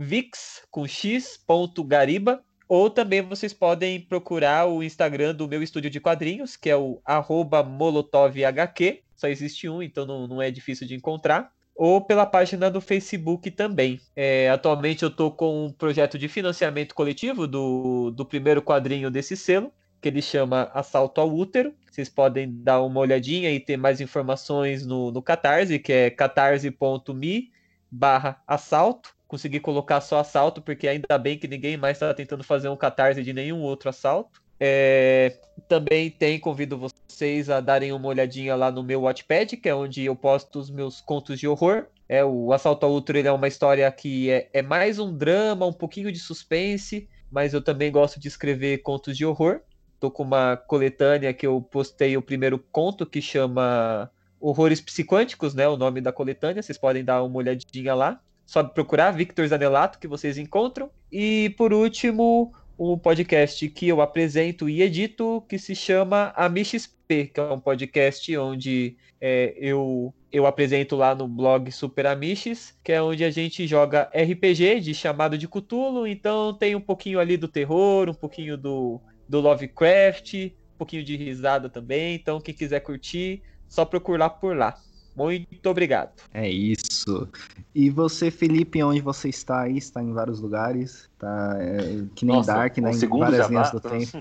vix com x ponto gariba. Ou também vocês podem procurar o Instagram do meu estúdio de quadrinhos, que é o arroba molotovhq. Só existe um, então não, não é difícil de encontrar. Ou pela página do Facebook também. É, atualmente eu estou com um projeto de financiamento coletivo do, do primeiro quadrinho desse selo, que ele chama Assalto ao Útero. Vocês podem dar uma olhadinha e ter mais informações no, no Catarse, que é catarse.me barra assalto. Consegui colocar só assalto, porque ainda bem que ninguém mais está tentando fazer um catarse de nenhum outro assalto. É, também tem, convido vocês a darem uma olhadinha lá no meu Wattpad, que é onde eu posto os meus contos de horror. É, o Assalto ao Útero ele é uma história que é, é mais um drama, um pouquinho de suspense, mas eu também gosto de escrever contos de horror. Tô com uma coletânea que eu postei o primeiro conto, que chama Horrores Psiquânticos, né? O nome da coletânea, vocês podem dar uma olhadinha lá. Só procurar Victor Zanelato que vocês encontram. E por último, um podcast que eu apresento e edito que se chama Amish X P, que é um podcast onde é, eu, eu apresento lá no blog Super Amishes, que é onde a gente joga R P G de chamado de Cthulhu. Então tem um pouquinho ali do terror, um pouquinho do, do Lovecraft, um pouquinho de risada também. Então quem quiser curtir, só procurar por lá. Muito obrigado. É isso. E você, Felipe, onde você está aí? Está em vários lugares. Tá é, que nem Nossa, Dark, um né? Em segundo várias jabá? linhas do tempo.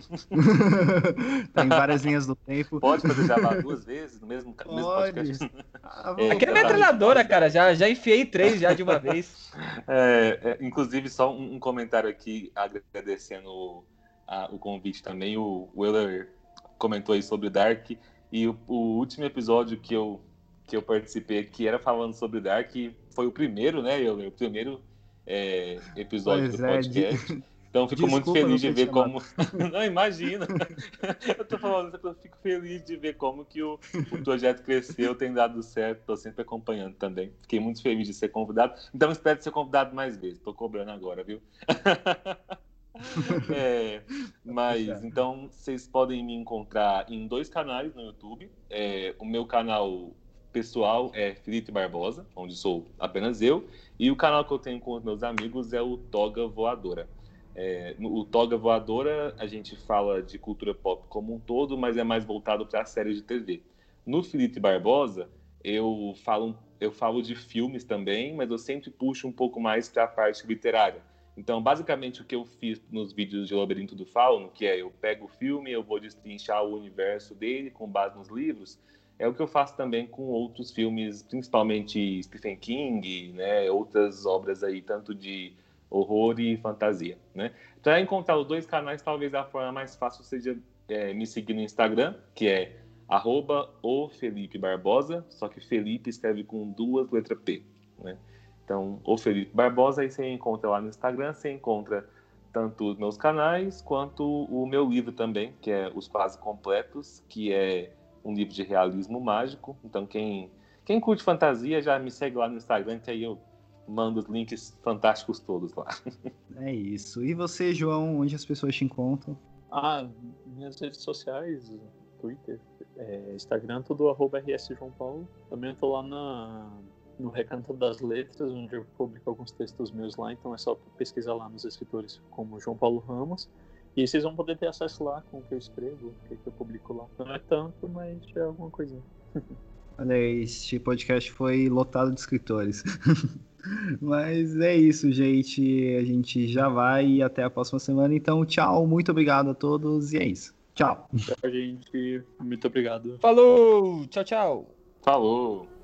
Tá em várias linhas do tempo. Pode fazer jabá duas vezes no mesmo, no mesmo Pode. podcast? À É, Aqui é vontade. metralhadora, cara. Já, já enfiei três já de uma vez. É, é, inclusive, só um, um comentário aqui, agradecendo a, o convite também. O, o Euler comentou aí sobre Dark. E o, o último episódio que eu, que eu participei aqui era falando sobre Dark. Foi o primeiro, né, Euler? O primeiro é, episódio Pois do é, de- podcast. Então, fico muito Desculpa feliz não de ter ver chamado. como. Não, imagina. Eu tô falando isso, eu fico feliz de ver como que o, o projeto cresceu, tem dado certo. Tô sempre acompanhando também. Fiquei muito feliz de ser convidado. Então, espero ser convidado mais vezes. Tô cobrando agora, viu? É, mas, então, vocês podem me encontrar em dois canais no YouTube. É, o meu canal pessoal é Felipe Barbosa, onde sou apenas eu. E o canal que eu tenho com os meus amigos é o Toga Voadora. É, no o Toga Voadora, a gente fala de cultura pop como um todo, mas é mais voltado para séries de T V. No Felipe Barbosa, eu falo, eu falo de filmes também, mas eu sempre puxo um pouco mais para a parte literária. Então, basicamente, o que eu fiz nos vídeos de Labirinto do Fauno, que é eu pego o filme, eu vou destrinchar o universo dele com base nos livros, É o que eu faço também com outros filmes, principalmente Stephen King, né, outras obras aí, tanto de horror e fantasia, né? Para encontrar os dois canais, talvez a forma mais fácil seja é, me seguir no Instagram, que é arroba o Felipe Barbosa, só que Felipe escreve com duas letras P, né? Então, o Felipe Barbosa, aí você encontra lá no Instagram, você encontra tanto os meus canais, quanto o meu livro também, que é Os Quase Completos, que é um livro de realismo mágico. Então, quem, quem curte fantasia, já me segue lá no Instagram, que aí eu mando os links fantásticos todos lá. É isso. E você, João, onde as pessoas te encontram? Ah, minhas redes sociais, Twitter, é, Instagram, tudo arroba R S João Paulo. Também eu tô lá na, no Recanto das Letras, onde eu publico alguns textos meus lá, então é só pesquisar lá nos escritores como João Paulo Ramos. E vocês vão poder ter acesso lá com o que eu escrevo, o que eu publico lá. Não é tanto, mas já é alguma coisinha. Olha aí, este podcast foi lotado de escritores. Mas é isso, gente. A gente já vai e até a próxima semana. Então, tchau, muito obrigado a todos e é isso. Tchau. Tchau, gente. Muito obrigado. Falou! Tchau, tchau! Falou!